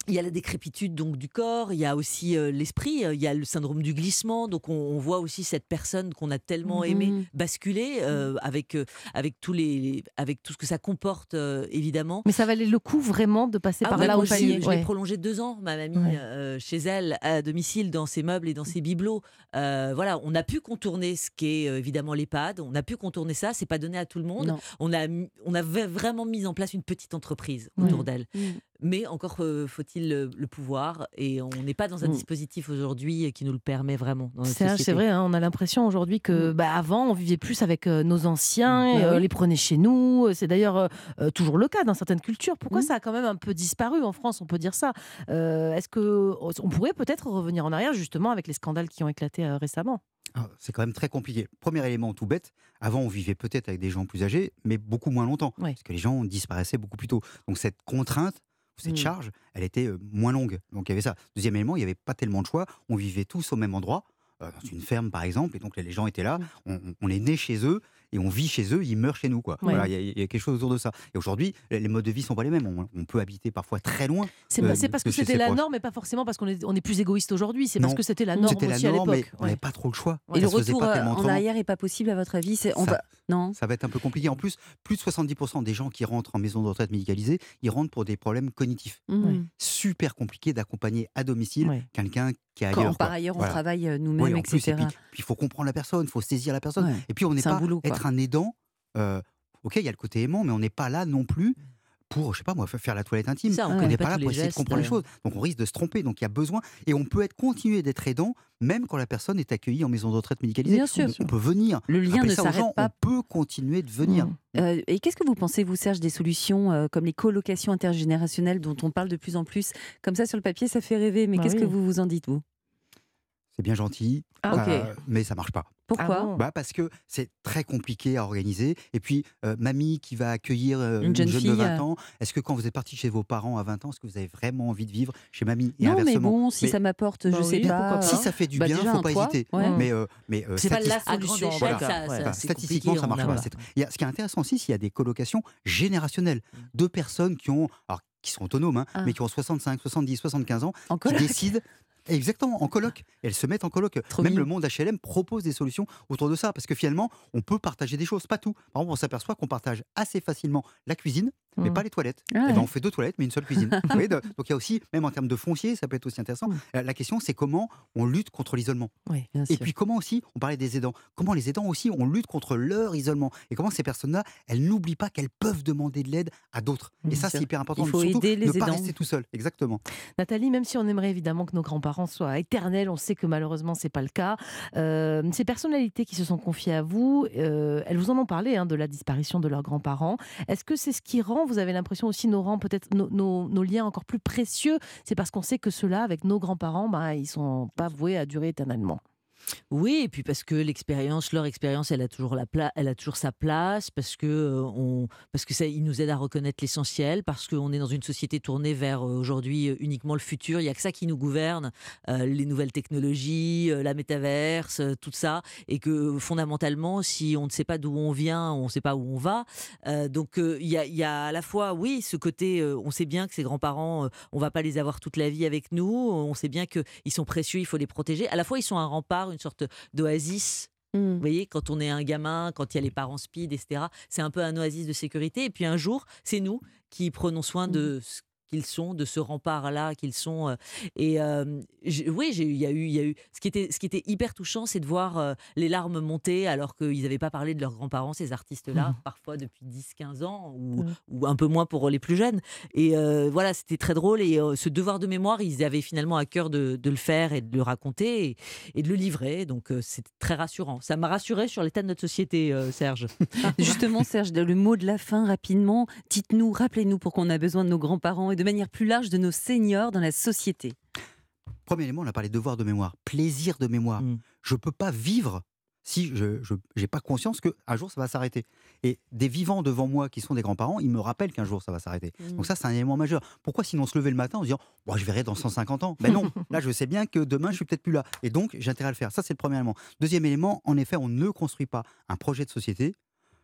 Il y a la décrépitude donc du corps, il y a aussi euh, l'esprit, euh, il y a le syndrome du glissement. Donc on, on voit aussi cette personne qu'on a tellement Mhm. aimée basculer euh, avec euh, avec tous les, les- avec tout ce que ça comporte euh, évidemment. Mais ça valait le coup vraiment de passer Ah par oui, là moi, aussi. je l'ai- je l'ai Ouais. prolongé deux ans, ma mamie, Ouais. euh, chez elle, à domicile, dans ses meubles et dans ses bibelots. Euh, voilà, on a pu contourner ce qu'est euh, évidemment l'EHPAD. On a pu contourner ça. C'est pas donné à tout le monde. Non. On a, mis- on a v- vraiment mis en place une petite entreprise Ouais. autour d'elle. Mm. Mais encore euh, faut-il le, le pouvoir. Et on n'est pas dans un Mm. dispositif aujourd'hui qui nous le permet vraiment. Dans notre C'est société. c'est vrai, hein, on a l'impression aujourd'hui que Mm. bah, avant on vivait plus avec euh, nos anciens, et, Bah euh, oui. les prenait chez nous. C'est d'ailleurs euh, euh, toujours le cas dans certaines cultures. Pourquoi Mm. ça a quand même un peu disparu en France, on peut dire ça. Euh, Est-ce que on pourrait peut-être revenir en arrière justement avec les scandales qui ont éclaté euh, récemment? Ah, c'est quand même très compliqué. Premier élément tout bête, avant on vivait peut-être avec des gens plus âgés, mais beaucoup moins longtemps, Oui. parce que les gens disparaissaient beaucoup plus tôt. Donc cette contrainte, cette Mm. charge, elle était euh, moins longue. Donc il y avait ça. Deuxième élément, il n'y avait pas tellement de choix. On vivait tous au même endroit, euh, dans une ferme par exemple, et donc les gens étaient là. Mm. On, on- on est né chez eux et on vit chez eux, ils meurent chez nous, quoi. Ouais. Voilà, il y, a- il y a quelque chose autour de ça. Et aujourd'hui, les les modes de vie sont pas les mêmes. On, on peut habiter parfois très loin. C'est Euh, pas- c'est parce de que chez c'était ses la proches. norme, et pas forcément parce qu'on est, on est plus égoïste aujourd'hui. C'est parce Non. que c'était la norme C'était la aussi à norme, mais l'époque. on Ouais. n'avait pas trop le choix. Et le Ça se faisait retour pas euh, tellement en autrement. arrière est pas possible à votre avis? C'est- on Ça- va... Non. Ça va être un peu compliqué. En plus, plus de soixante-dix pour cent des gens qui rentrent en maison de retraite médicalisée, ils rentrent pour des problèmes cognitifs. Mm. Ouais. Super compliqué d'accompagner à domicile Ouais. quelqu'un qui est Quand, ailleurs. par quoi. ailleurs on Voilà. travaille euh, Oui, nous-mêmes, en plus, et et cetera. puis puis il faut comprendre la personne, il faut saisir la personne. Ouais. Et puis on n'est C'est un pas boulot, quoi. être un aidant. euh, ok, il y a le côté aimant, mais on n'est pas là non plus pour, je sais pas moi, faire la toilette intime. Ça, on on connaît n'est pas pas là tous pour les essayer de gestes, comprendre les euh. choses. Donc on risque de se tromper. Donc il y a besoin. Et on peut être continuer d'être aidant même quand la personne est accueillie en maison de retraite médicalisée. Bien sûr. On, on peut venir. Le lien Rappelez ne ça aux s'arrête gens, pas. On peut continuer de venir. Mmh. Euh, et qu'est-ce que vous pensez, vous, Serge, des solutions euh, comme les colocations intergénérationnelles dont on parle de plus en plus? Comme ça, sur le papier, ça fait rêver. Mais Bah qu'est-ce oui. que vous vous en dites, vous? C'est bien gentil, Ah, ok. euh, mais ça marche pas. Pourquoi? Ah bon Bah parce que c'est très compliqué à organiser. Et puis, euh, mamie qui va accueillir euh, Une une, jeune jeune, fille, de vingt euh. ans, est-ce que quand vous êtes parti chez vos parents à vingt ans, est-ce que vous avez vraiment envie de vivre chez mamie? Et Non, mais inversement. bon, si Mais- ça m'apporte, Bah je oui, sais pourquoi pas. pas. Si ça fait du Bah, bien, déjà, faut un pas toit, hésiter. ouais. Mais, euh, mais euh, C'est pas la statis- À grande solution. échelle, voilà. ça, Ouais. ça, Enfin, c'est statistiquement, compliqué, ça marche on pas. a- C'est- il y a- ce qui est intéressant aussi, c'est qu'il y a des colocations générationnelles. Deux personnes qui ont, alors, qui sont autonomes, hein, Ah. mais qui ont soixante-cinq, soixante-dix, soixante-quinze ans, En qui coloc. décident. Exactement, en coloc. Elles se mettent en coloc. Trop Même mignon. le monde H L M propose des solutions autour de ça, parce que finalement, on peut partager des choses, pas tout. Par exemple, on s'aperçoit qu'on partage assez facilement la cuisine, mais Mm. pas les toilettes. Ah Eh ben, ouais. on fait deux toilettes, mais une seule cuisine. Vous voyez, de- donc il y a aussi, même en termes de foncier, ça peut être aussi intéressant. Mm. Euh, La question, c'est comment on lutte contre l'isolement. Oui. Bien Et sûr. puis comment aussi, on parlait des aidants, comment les aidants aussi, on lutte contre leur isolement. Et comment ces personnes-là, elles n'oublient pas qu'elles peuvent demander de l'aide à d'autres. Bien Et ça, sûr. c'est hyper important. Il faut Surtout, aider les ne pas aidants. rester tout seul. Exactement. Nathalie, même si on aimerait évidemment que nos grands-parents soient éternels, on sait que malheureusement c'est pas le cas. Euh, ces personnalités qui se sont confiées à vous, euh, elles vous en ont parlé hein, de la disparition de leurs grands-parents. Est-ce que c'est ce qui rend, vous avez l'impression aussi, nos rend peut-être nos, nos- nos liens encore plus précieux? C'est parce qu'on sait que ceux-là, avec nos grands-parents, bah, ils sont pas voués à durer éternellement. Oui, et puis parce que l'expérience, leur expérience, elle a toujours la pla- elle a toujours sa place, parce que euh, on, parce que ça, ils nous aident à reconnaître l'essentiel, parce qu'on est dans une société tournée vers euh, aujourd'hui euh, uniquement le futur. Il y a que ça qui nous gouverne, euh, les nouvelles technologies, euh, la métaverse, euh, tout ça, et que euh, fondamentalement, si on ne sait pas d'où on vient, on ne sait pas où on va. Euh, donc euh, il y, a, il y a à la fois, oui, ce côté, euh, on sait bien que ces grands-parents, euh, on va pas les avoir toute la vie avec nous. On sait bien que ils sont précieux, il faut les protéger. À la fois, ils sont un rempart, une sorte d'oasis. Mm. Vous voyez, quand on est un gamin, quand il y a les parents speed, et cetera, c'est un peu un oasis de sécurité. Et puis un jour, c'est nous qui prenons soin de ce qu'ils sont, de ce rempart-là qu'ils sont. euh, Et euh, j'ai- oui, j'ai eu- il y a eu, il y a eu. Ce qui était, ce qui était hyper touchant, c'est de voir euh, les larmes monter alors qu'ils n'avaient pas parlé de leurs grands-parents, ces artistes-là, Mhm. parfois depuis dix quinze ans ou, Mhm. ou un peu moins pour les plus jeunes. Et euh, voilà, c'était très drôle. Et euh, ce devoir de mémoire, ils avaient finalement à cœur de, de le faire et de le raconter et, et de le livrer. Donc euh, c'était très rassurant. Ça m'a rassuré sur l'état de notre société, euh, Serge. Justement, Serge, le mot de la fin, rapidement. Dites-nous, rappelez-nous pour qu'on a besoin de nos grands-parents et de manière plus large de nos seniors dans la société. Premier élément, on a parlé de devoir de mémoire, plaisir de mémoire. Mm. Je ne peux pas vivre si je n'ai pas conscience qu'un jour ça va s'arrêter. Et des vivants devant moi qui sont des grands-parents, ils me rappellent qu'un jour ça va s'arrêter. Mm. Donc ça, c'est un élément majeur. Pourquoi sinon se lever le matin en se disant bon, je verrai dans cent cinquante ans? Ben non, là je sais bien que demain je suis peut-être plus là. Et donc j'ai intérêt à le faire. Ça, c'est le premier élément. Deuxième élément, en effet, on ne construit pas un projet de société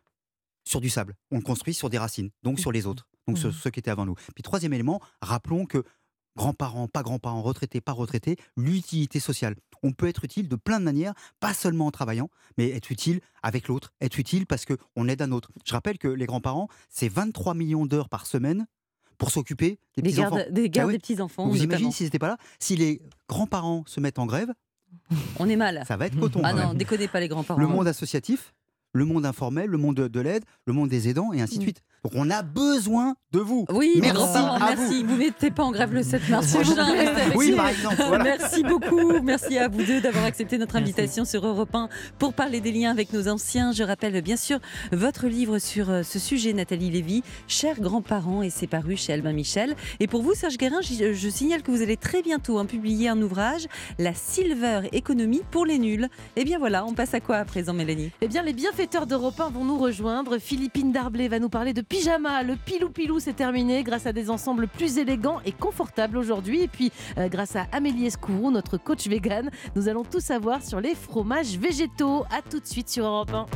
sur du sable. On le construit sur des racines, donc sur les autres, donc sur ceux qui étaient avant nous. Puis troisième élément, rappelons que grands-parents, pas grands-parents, retraités, pas retraités, l'utilité sociale. On peut être utile de plein de manières, pas seulement en travaillant, mais être utile avec l'autre, être utile parce qu'on aide un autre. Je rappelle que les grands-parents, c'est vingt-trois millions d'heures par semaine pour s'occuper des, Des petits-enfants. gardes, des, gardes Ah oui. des petits-enfants. Vous notamment. imaginez s'ils n'étaient pas là, si les grands-parents se mettent en grève, On est mal. ça va être coton. Ah quand non, même. déconnez pas les grands-parents. Le monde associatif, le monde informel, le monde de, de l'aide, le monde des aidants et ainsi de Mm. suite. Donc on a besoin de vous. Oui, mes Merci grands-parents, à merci. Vous ne mettez pas en grève le sept mars prochain. restez avec Oui, nous. par exemple. Voilà. Merci beaucoup. Merci à vous deux d'avoir accepté notre invitation sur Europe un pour parler des liens avec nos anciens. Je rappelle bien sûr votre livre sur euh, ce sujet, Nathalie Lévy, Chers grands-parents, et c'est paru chez Albin Michel. Et pour vous, Serge Guérin, je, je signale que vous allez très bientôt hein, publier un ouvrage, La Silver Economy pour les nuls. Et bien voilà, on passe à quoi à présent, Mélanie? Eh bien, les bienfaiteurs d'Europe un vont nous rejoindre. Philippine Darblay va nous parler de pyjama. Le pilou-pilou, c'est terminé grâce à des ensembles plus élégants et confortables aujourd'hui. Et puis, euh, grâce à Amélie Escourou, notre coach vegan, nous allons tout savoir sur les fromages végétaux. A tout de suite sur Europe un.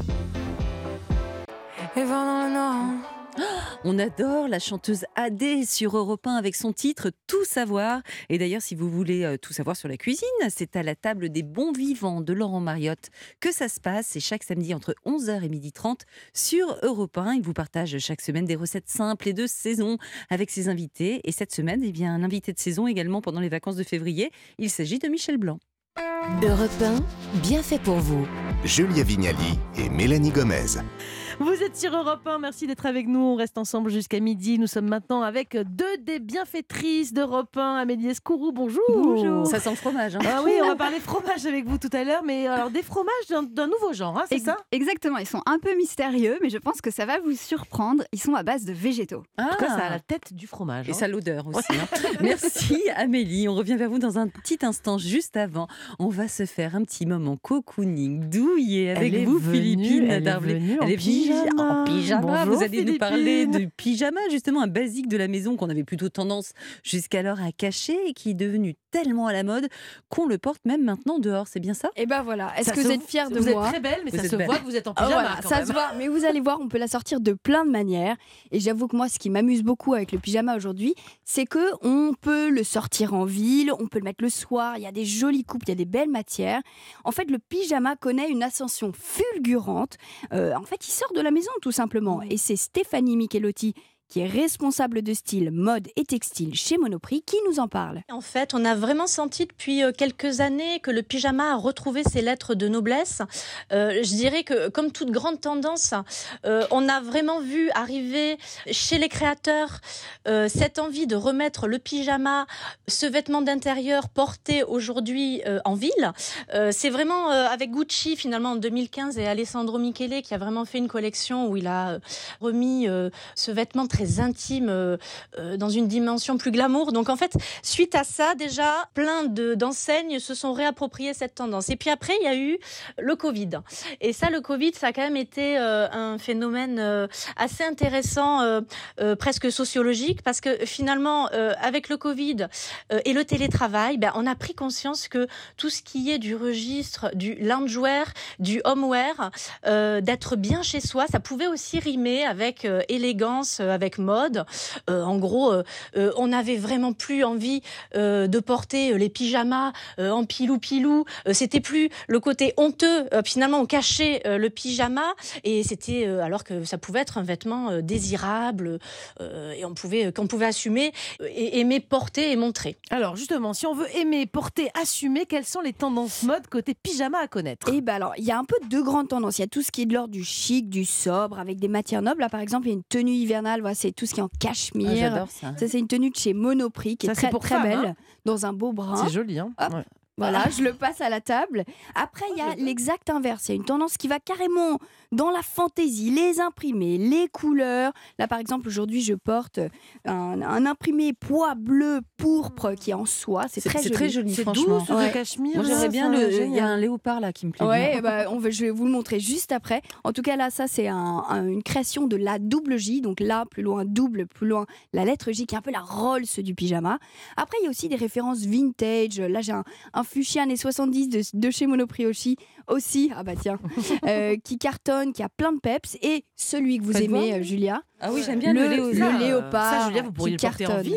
On adore la chanteuse Adé sur Europe un avec son titre Tout savoir. Et d'ailleurs, si vous voulez euh, tout savoir sur la cuisine, c'est à la table des bons vivants de Laurent Mariotte que ça se passe. C'est chaque samedi entre onze heures et midi trente sur Europe un. Il vous partage chaque semaine des recettes simples et de saison avec ses invités. Et cette semaine, eh bien, un invité de saison également pendant les vacances de février. Il s'agit de Michel Blanc. Europe un, bien fait pour vous. Julia Vignali et Mélanie Gomez. Vous êtes sur Europe un, merci d'être avec nous. On reste ensemble jusqu'à midi. Nous sommes maintenant avec deux des bienfaitrices d'Europe un. Amélie Escourou, bonjour. Bonjour. Ça sent le fromage. Hein. Ah oui, on va parler fromage avec vous tout à l'heure, mais alors des fromages d'un, d'un nouveau genre, hein, c'est Ex- ça? Exactement, ils sont un peu mystérieux, mais je pense que ça va vous surprendre. Ils sont à base de végétaux. En tout cas, ça a la tête du fromage. Et hein. ça a l'odeur aussi. hein. Merci Amélie. On revient vers vous dans un petit instant. Juste avant, on va se faire un petit moment cocooning douillet avec Elle est vous, venue, Philippine elle est Darblay. venue en Elle est venue pyjama. en pyjama. Bonjour, vous allez nous Philippine. parler de pyjama, justement un basique de la maison qu'on avait plutôt tendance jusqu'alors à cacher et qui est devenu tellement à la mode qu'on le porte même maintenant dehors. C'est bien ça? Et ben voilà, est-ce Ça que se vous êtes voit- fiers de vous moi? êtes très belle, mais Vous ça êtes se belle. voit que vous êtes en Ah, pyjama. voilà, quand ça même. se voit, mais vous allez voir, on peut la sortir de plein de manières. Et j'avoue que moi, ce qui m'amuse beaucoup avec le pyjama aujourd'hui, c'est que on peut le sortir en ville, on peut le mettre le soir. Il y a des jolies coupes, il y a des belles matières. En fait, le pyjama connaît une ascension fulgurante. Euh, en fait, il sort de la maison tout simplement. Et c'est Stéphanie Michelotti, qui est responsable de style, mode et textile chez Monoprix, qui nous en parle. En fait, on a vraiment senti depuis euh, quelques années que le pyjama a retrouvé ses lettres de noblesse. Euh, je dirais que, comme toute grande tendance, euh, on a vraiment vu arriver chez les créateurs euh, cette envie de remettre le pyjama, ce vêtement d'intérieur porté aujourd'hui euh, en ville. Euh, c'est vraiment euh, avec Gucci, finalement, en deux mille quinze, et Alessandro Michele qui a vraiment fait une collection où il a euh, remis euh, ce vêtement très intime euh, euh, dans une dimension plus glamour. Donc en fait, suite à ça, déjà, plein de, d'enseignes se sont réappropriées cette tendance. Et puis après, il y a eu le Covid. Et ça, le Covid, ça a quand même été euh, un phénomène euh, assez intéressant, euh, euh, presque sociologique, parce que finalement, euh, avec le Covid euh, et le télétravail, ben, on a pris conscience que tout ce qui est du registre, du loungewear, du homeware, euh, d'être bien chez soi, ça pouvait aussi rimer avec euh, élégance, euh, avec mode. Euh, en gros, euh, euh, on n'avait vraiment plus envie euh, de porter euh, les pyjamas euh, en pilou-pilou. Euh, c'était plus le côté honteux. Euh, finalement, on cachait euh, le pyjama et c'était euh, alors que ça pouvait être un vêtement euh, désirable euh, et on pouvait, qu'on pouvait assumer euh, et aimer porter et montrer. Alors justement, si on veut aimer, porter, assumer, quelles sont les tendances mode côté pyjama à connaître? Et ben alors, il y a un peu deux grandes tendances. Il y a tout ce qui est de l'ordre du chic, du sobre, avec des matières nobles. Là, par exemple, il y a une tenue hivernale. Voilà, c'est tout ce qui est en cachemire. Ah, j'adore ça. Ça, c'est une tenue de chez Monoprix qui Ça, est c'est très, pour très femme, belle, hein. dans un beau brun. C'est joli, hein. Hop. Ouais. Voilà, je le passe à la table. Après, il y a l'exact inverse. Il y a une tendance qui va carrément dans la fantaisie, les imprimés, les couleurs. Là, par exemple, aujourd'hui, je porte un, un imprimé pois bleu pourpre qui est en soie. C'est, C'est très c'est joli. très joli, C'est franchement. doux, ce Ouais. de cachemire. Moi, là, j'aimerais bien ça, le. Il y génial. a un léopard là qui me plaît Ouais, bien. bah, on va, je vais vous le montrer juste après. En tout cas, là, ça, c'est un- un- une création de la double J. Donc là, plus loin, double, plus loin, la lettre J, qui est un peu la Rolls du pyjama. Après, il y a aussi des références vintage. Là, j'ai un, un fuchsia années soixante-dix de, de chez Monoprix aussi, aussi, ah bah tiens, euh, qui cartonne, qui a plein de peps. Et celui que vous Faites aimez, voir. euh, Julia. Ah oui, j'aime bien Le- le, léo- le ça, euh, léopard. Ça, Julia, vous pourriez le qui porter en cartonne. ville. Hein.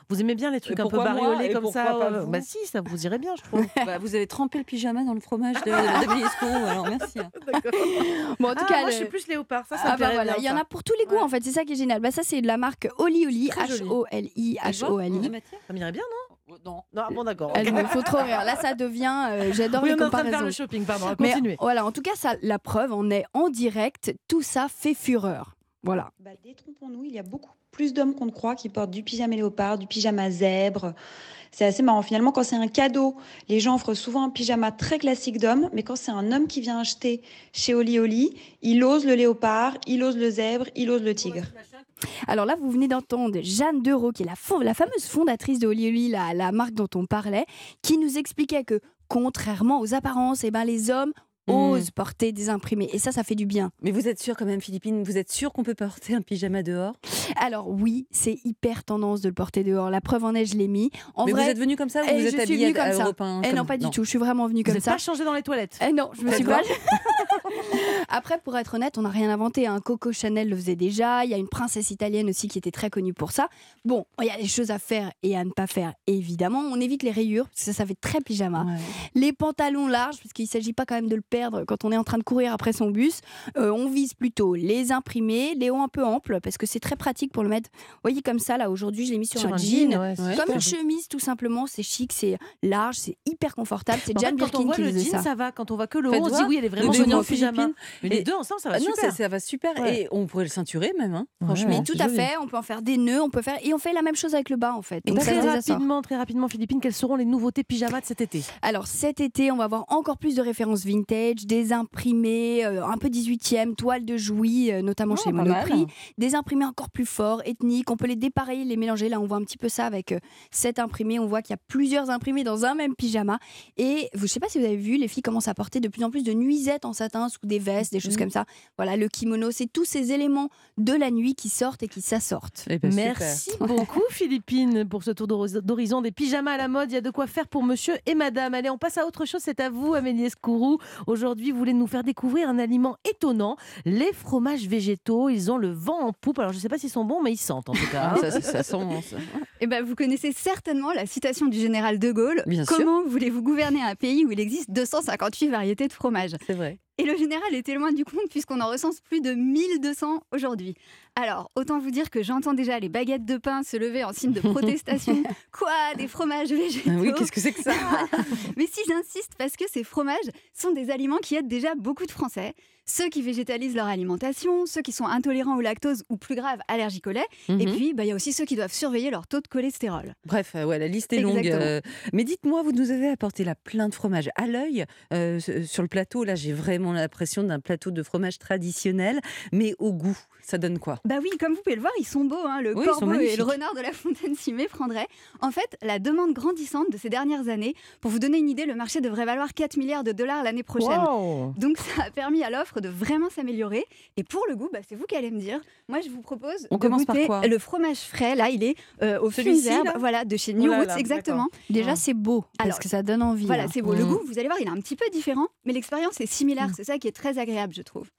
Vous aimez bien les trucs Et un peu pourquoi moi bariolés Et comme pourquoi ça pas euh, vous Bah si, ça vous irait bien, je trouve. Bah, vous avez trempé le pyjama dans le fromage de d'Amélie Escourou, alors merci. hein. Bon, en tout Ah, cas, moi, le- je suis plus léopard. Ça, ça Ah me bah plairait voilà, bien, il y en ça. a pour tous les goûts Ouais. en fait, c'est ça qui est génial. Bah ça c'est de la marque Oli Oli, Très joli. H O L I H O L I. Ça m'irait bien, non Non. Non, bon, d'accord. Elle me faut trop rire. Là ça devient, euh, j'adore Oui, les on est en train de comparaisons. faire le shopping, pardon. Mais Continuez. voilà, en tout cas, ça, la preuve, on est en direct, tout ça fait fureur. Voilà. Bah, détrompons-nous, il y a beaucoup plus d'hommes qu'on ne croit qui portent du pyjama léopard, du pyjama zèbre. C'est assez marrant. Finalement, quand c'est un cadeau, les gens offrent souvent un pyjama très classique d'homme, mais quand c'est un homme qui vient acheter chez Oli Oli, il ose le léopard, il ose le zèbre, il ose le tigre. Alors là, vous venez d'entendre Jeanne Dereau, qui est la, fo- la fameuse fondatrice de Oli Oli, la, la marque dont on parlait, qui nous expliquait que, contrairement aux apparences, eh ben, les hommes Mm. osent porter des imprimés. Et ça, ça fait du bien. Mais vous êtes sûre quand même, Philippine, vous êtes sûre qu'on peut porter un pyjama dehors? Alors oui, c'est hyper tendance de le porter dehors. La preuve en est, je l'ai mis. En Mais vrai, vous êtes venue comme ça ou eh, vous êtes je suis habillée venue à comme ça. Europe un, Eh comme- non, pas du tout. Je suis vraiment venue Vous comme n'êtes ça. pas changé dans les toilettes. Eh non, je me suis D'accord. pas. Après, pour être honnête, on n'a rien inventé. Un Coco Chanel le faisait déjà. Il y a une princesse italienne aussi qui était très connue pour ça. Bon, il y a des choses à faire et à ne pas faire, évidemment. On évite les rayures, parce que ça, ça fait très pyjama. Ouais. Les pantalons larges, parce qu'il ne s'agit pas quand même de le perdre quand on est en train de courir après son bus. Euh, on vise plutôt les imprimés, les hauts un peu amples, parce que c'est très pratique pour le mettre. Vous voyez, comme ça, là, aujourd'hui, je l'ai mis sur, Sur un, un jean. jean, ouais, c'est Comme super. une chemise, tout simplement. C'est chic, c'est large, c'est hyper confortable. C'est En Jane fait, quand on Birkin voit qui le faisait jean, ça. ça va. Quand on voit que le haut, Faites on se dit voir. oui, elle est vraiment Mais venue moi, en pyjama. Philippine, Mais les et- deux ensemble, ça va Ah non, super. ça, ça va super. Ouais. Et on pourrait le ceinturer même, hein, Ouais. franchement. Mais tout c'est à joli. fait, on peut en faire des nœuds, on peut faire et on fait la même chose avec le bas en fait. Et Donc ça très se désassort. rapidement, très rapidement, Philippine, quelles seront les nouveautés pyjama de cet été? Alors cet été, on va avoir encore plus de références vintage, des imprimés euh, un peu dix-huitième, toile de Jouy, euh, notamment Oh, chez pas Monoprix, mal. des imprimés encore plus forts, ethniques. On peut les dépareiller, les mélanger. Là, on voit un petit peu ça avec euh, cet imprimé. On voit qu'il y a plusieurs imprimés dans un même pyjama. Et vous, je sais pas si vous avez vu, les filles commencent à porter de plus en plus de nuisettes en satin sous des vestes, des choses Mhm. comme ça. Voilà, le kimono, c'est tous ces éléments de la nuit qui sortent et qui s'assortent. Eh ben, super. Merci beaucoup Philippine pour ce tour d'horiz- d'horizon des pyjamas à la mode. Il y a de quoi faire pour monsieur et madame. Allez, on passe à autre chose. C'est à vous Amélie Escourou. Aujourd'hui, vous voulez nous faire découvrir un aliment étonnant, les fromages végétaux. Ils ont le vent en poupe. Alors, je ne sais pas s'ils sont bons, mais ils sentent en tout cas. Ah, ça, ça, ça sent bon, ça. Eh ben, vous connaissez certainement la citation du général de Gaulle. Bien sûr. Comment voulez-vous gouverner un pays où il existe deux cent cinquante-huit variétés de fromage? C'est vrai. Et le général était loin du compte puisqu'on en recense plus de mille deux cents aujourd'hui. Alors, autant vous dire que j'entends déjà les baguettes de pain se lever en signe de protestation. Quoi? Des fromages végétaux? Ah oui, qu'est-ce que c'est que ça? Mais si j'insiste, parce que ces fromages sont des aliments qui aident déjà beaucoup de Français. Ceux qui végétalisent leur alimentation, ceux qui sont intolérants au lactose ou plus grave, allergiques au lait. Et Mhm. puis, bah, il y a aussi ceux qui doivent surveiller leur taux de cholestérol. Bref, euh, ouais, la liste est longue. Exactement. euh, mais dites-moi, vous nous avez apporté là plein de fromages. À l'œil, euh, s- sur le plateau, là, j'ai vraiment l'impression d'un plateau de fromage traditionnel, mais au goût, ça donne quoi? Bah oui, comme vous pouvez le voir, ils sont beaux. Hein. Le Oui, ils sont corbeau et magnifiques. le renard de la fontaine s'y méprendraient. En fait, la demande grandissante de ces dernières années, pour vous donner une idée, le marché devrait valoir quatre milliards de dollars l'année prochaine. Wow. Donc ça a permis à l'offre de vraiment s'améliorer. Et pour le goût, bah, c'est vous qui allez me dire. Moi, je vous propose On de commence par goûter quoi? le fromage frais. Là, il est euh, aux Celui-ci, fruits herbes, là voilà, de chez Oh New là Roots, là, exactement. Déjà, Ah. c'est beau parce Alors, que ça donne envie. Voilà, hein. c'est beau. Le Mm. goût, vous allez voir, il est un petit peu différent, mais l'expérience est similaire. C'est ça qui est très agréable, je trouve.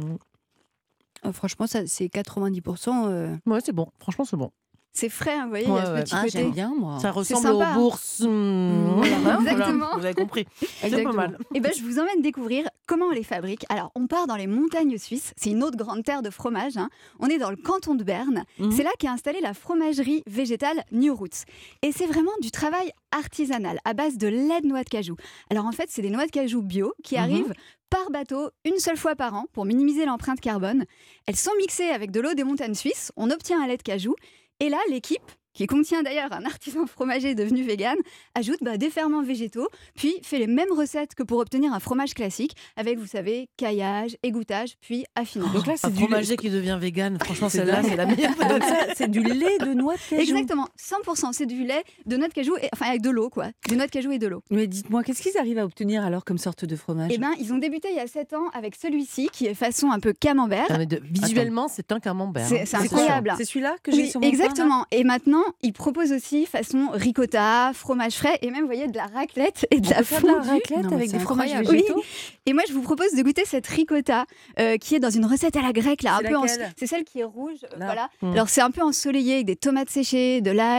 Euh, franchement, ça, c'est quatre-vingt-dix pour cent. euh, Ouais, c'est bon. Franchement, c'est bon. C'est frais, hein, vous voyez, il y Ouais, a ce ouais. petit Ah, côté. j'aime bien, moi. Ça ressemble sympa. aux bourses. Mmh, voilà, hein, Exactement. voilà, vous avez compris. C'est pas Exactement. mal. Eh ben, je vous emmène découvrir comment on les fabrique. Alors, on part dans les montagnes suisses. C'est une autre grande terre de fromage. hein. On est dans le canton de Berne. Mhm. C'est là qu'est installée la fromagerie végétale New Roots. Et c'est vraiment du travail artisanal à base de lait de noix de cajou. Alors, en fait, c'est des noix de cajou bio qui Mhm. arrivent par bateau une seule fois par an pour minimiser l'empreinte carbone. Elles sont mixées avec de l'eau des montagnes suisses. On obtient un lait de cajou. Et là, l'équipe, qui contient d'ailleurs un artisan fromager devenu vegan, ajoute bah, des ferments végétaux, puis fait les mêmes recettes que pour obtenir un fromage classique, avec, vous savez, caillage, égouttage, puis affinage. Donc là, Un c'est du fromager qui devient vegan, franchement, C'est celle-là, dingue. c'est la meilleure. Donc ça, c'est du lait de noix de cajou. Exactement, cent pour cent, c'est du lait de noix de cajou, et, enfin avec de l'eau, quoi. Du noix de cajou et de l'eau. Mais dites-moi, qu'est-ce qu'ils arrivent à obtenir alors comme sorte de fromage? Eh bien, ils ont débuté il y a sept ans avec celui-ci, qui est façon un peu camembert. Ah, mais de- visuellement, c'est un camembert. C'est- hein. c'est sûr. incroyable. C'est celui-là que j'ai Oui, sur mon pain, là exactement. Et maintenant, ils proposent aussi façon ricotta, fromage frais, et même, vous voyez, de la raclette et de On la peut faire de la fondue. raclette Non, mais avec c'est des fromages incroyable. végétaux? Et moi, je vous propose de goûter cette ricotta euh, qui est dans une recette à la grecque, là, un C'est peu en- laquelle C'est celle qui est rouge, euh, Là. voilà. Mm. Alors, c'est un peu ensoleillé avec des tomates séchées, de l'ail.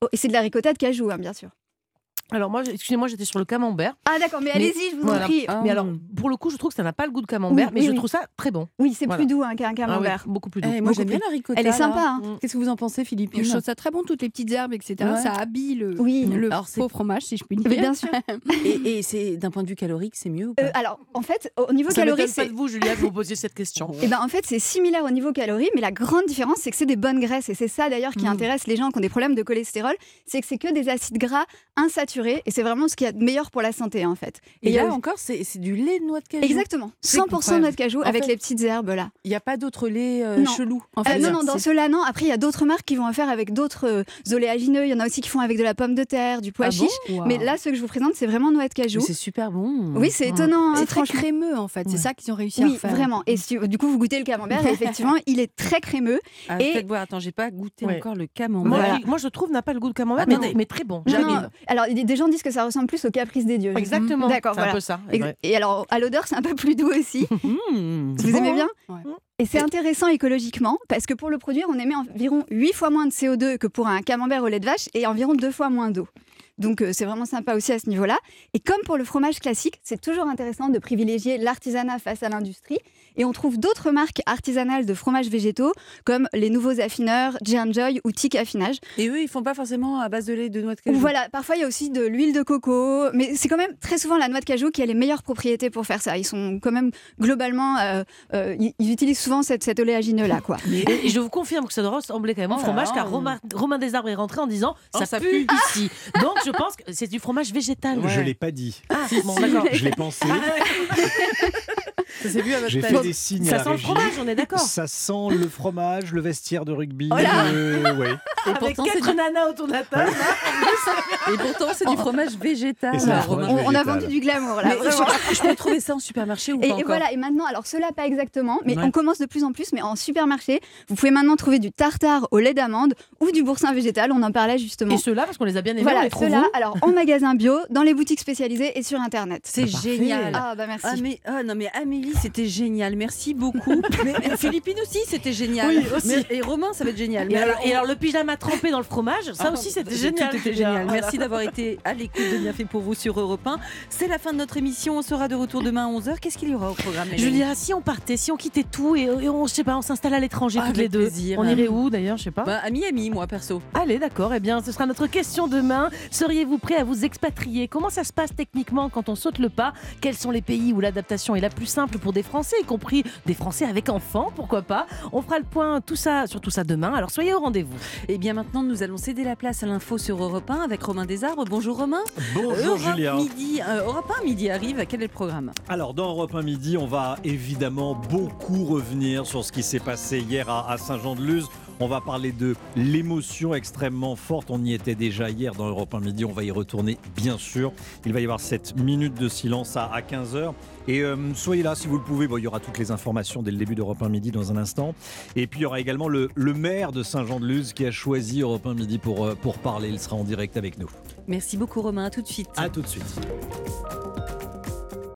Oh, et c'est de la ricotta de cajou, hein, bien sûr. Alors moi, excusez-moi, j'étais sur le camembert. Ah d'accord, mais, Mais- allez-y, je vous Voilà. en prie. Ah. Mais alors, pour le coup, je trouve que ça n'a pas le goût de camembert, Oui, mais oui, je oui. trouve ça très bon. Oui, c'est Voilà. plus doux hein, qu'un Ah oui, camembert. beaucoup plus doux. Eh, moi Beaucoup j'aime bien plus. la ricotta. Elle est là. sympa, hein. Mm. Qu'est-ce que vous en pensez, Philippine? Je trouve ça très bon, toutes les petites herbes, et cetera. Ouais. Ça habille le, Oui. le Alors, c'est- faux fromage, si je puis le Oui, dire. bien sûr. Et, et c'est d'un point de vue calorique, c'est mieux ou pas? Euh, alors, en fait, au niveau Ça calories, m'étonne pas c'est... de vous, Julia, que vous posiez cette question. Eh ben, en fait, c'est similaire au niveau calories, mais la grande différence, c'est que c'est des bonnes graisses. Et c'est ça, d'ailleurs, qui Mm. intéresse les gens qui ont des problèmes de cholestérol. C'est que c'est que des acides gras insaturés. Et c'est vraiment ce qu'il y a de meilleur pour la santé, en fait. Et il y a là aussi- encore, c'est c'est du lait de noix de cajou. Exactement. C'est cent pour cent noix de cajou En avec fait- les petites herbes, là. Il n'y a pas d'autre lait euh, Non. chelou. En Euh, fait, non, non, dans c'est- ceux-là, non. Après, il y a d'autres marques qui vont en faire avec d'autres euh, oléagineux. Il y en a aussi qui font avec de la pomme de terre, du pois Ah bon chiche. Waouh. Mais là, ceux que je vous présente, c'est vraiment noix de cajou. Mais c'est super bon. Oui, c'est étonnant. hein, C'est très franchement. crémeux, en fait. C'est Ouais. ça qu'ils ont réussi à Oui, faire. vraiment. Et si- du coup, vous goûtez le camembert, et effectivement, il est très crémeux. Ah, Et- Faites voir, attends, j'ai pas goûté Ouais. encore le Moi, camembert. Voilà. qui- moi, je trouve n'a pas le goût de camembert, mais, Attendez. mais très bon. Non, J'arrive. non, alors, il y a des gens disent que ça ressemble plus au caprice des dieux. Exactement. D'accord, c'est un voilà. peu ça. Et, et alors, à l'odeur, c'est un peu plus doux aussi. Mmh. Vous aimez bien Ouais. Et c'est intéressant écologiquement parce que pour le produire, on émet environ huit fois moins de C O deux que pour un camembert au lait de vache et environ deux fois moins d'eau. Donc euh, c'est vraiment sympa aussi à ce niveau-là. Et comme pour le fromage classique, c'est toujours intéressant de privilégier l'artisanat face à l'industrie. Et on trouve d'autres marques artisanales de fromages végétaux comme les nouveaux affineurs, J and Joy ou Tic Affinage. Et eux, ils font pas forcément à base de lait de noix de Ou cajou. voilà, parfois il y a aussi de l'huile de coco, mais c'est quand même très souvent la noix de cajou qui a les meilleures propriétés pour faire ça. Ils sont quand même globalement, euh, euh, ils, ils utilisent souvent cette, cet oléagineux-là, quoi. Et, et je vous confirme que ça doit ressembler quand même au Oh là fromage, là. car Romain, Romain Desarbres est rentré en disant Oh, ça, ça pue, pue. ici. Donc je pense que c'est du fromage végétal. Je l'ai pas dit. Ah, bon, d'accord. Je l'ai pensé. Ça s'est vu à votre J'ai tête. fait des signes à Ça la sent le régie. fromage, on est d'accord. Ça sent le fromage, le vestiaire de rugby. Oh là euh, ouais. Et Avec pourtant, c'est quatre du... nanas autour de la table. Et pourtant, c'est du fromage végétal. Et c'est du Ah, fromage Romain. On, on a végétal. vendu du glamour là. Mais vraiment. je, je peux trouver ça en supermarché ou Et, pas et encore? voilà, et maintenant, alors cela pas exactement, mais Ouais. on commence de plus en plus, mais en supermarché, vous pouvez maintenant trouver du tartare au lait d'amande ou du boursin végétal, on en parlait justement. Et ceux-là, parce qu'on les a bien aimés, on Voilà, les trouve ceux-là, où alors en magasin bio, dans les boutiques spécialisées et sur internet. C'est Parfait. génial. Ah bah merci. Ah, mais, ah non mais Amélie c'était génial, merci beaucoup. Mais euh, Philippine aussi c'était génial. Oui, aussi. Mais- et Romain ça va être génial. Et Mais alors, alors, et alors, le pyjama trempé dans le fromage, ça Ah, aussi c'était tout génial. était génial. Voilà. Merci d'avoir été à l'écoute de Bien fait pour vous sur Europe un. C'est la fin de notre émission, on sera de retour demain à onze heures. Qu'est-ce qu'il y aura au programme Mélanie? Julia, si on partait, si on quittait tout et, et on, je sais pas, on s'installe à l'étranger Ah, toutes les avec deux, plaisir. on irait où d'ailleurs, je sais pas. Bah, à Miami moi perso. Allez, d'accord. Eh bien, ce sera notre question demain. Seriez-vous prêt à vous expatrier? Comment ça se passe techniquement quand on saute le pas? Quels sont les pays où l'adaptation est la plus simple pour des Français, y compris des Français avec enfants, pourquoi pas? On fera le point tout ça, sur tout ça demain. Alors soyez au rendez-vous. Et bien maintenant nous allons céder la place à l'info sur Europe un avec Romain Desarbres. Bonjour Romain. Bonjour Europe Julia. Midi, euh, Europe un midi arrive. Quel est le programme? Alors dans Europe un Midi, on va évidemment beaucoup revenir sur ce qui s'est passé hier à, à Saint-Jean-de-Luz. On va parler de l'émotion extrêmement forte. On y était déjà hier dans Europe un Midi. On va y retourner, bien sûr. Il va y avoir cette minute de silence à, à quinze heures. Et euh, soyez là si vous le pouvez. Bon, il y aura toutes les informations dès le début d'Europe un Midi dans un instant. Et puis il y aura également le, le maire de Saint-Jean-de-Luz qui a choisi Europe un Midi pour, euh, pour parler. Il sera en direct avec nous. Merci beaucoup Romain, à tout de suite. A tout de suite.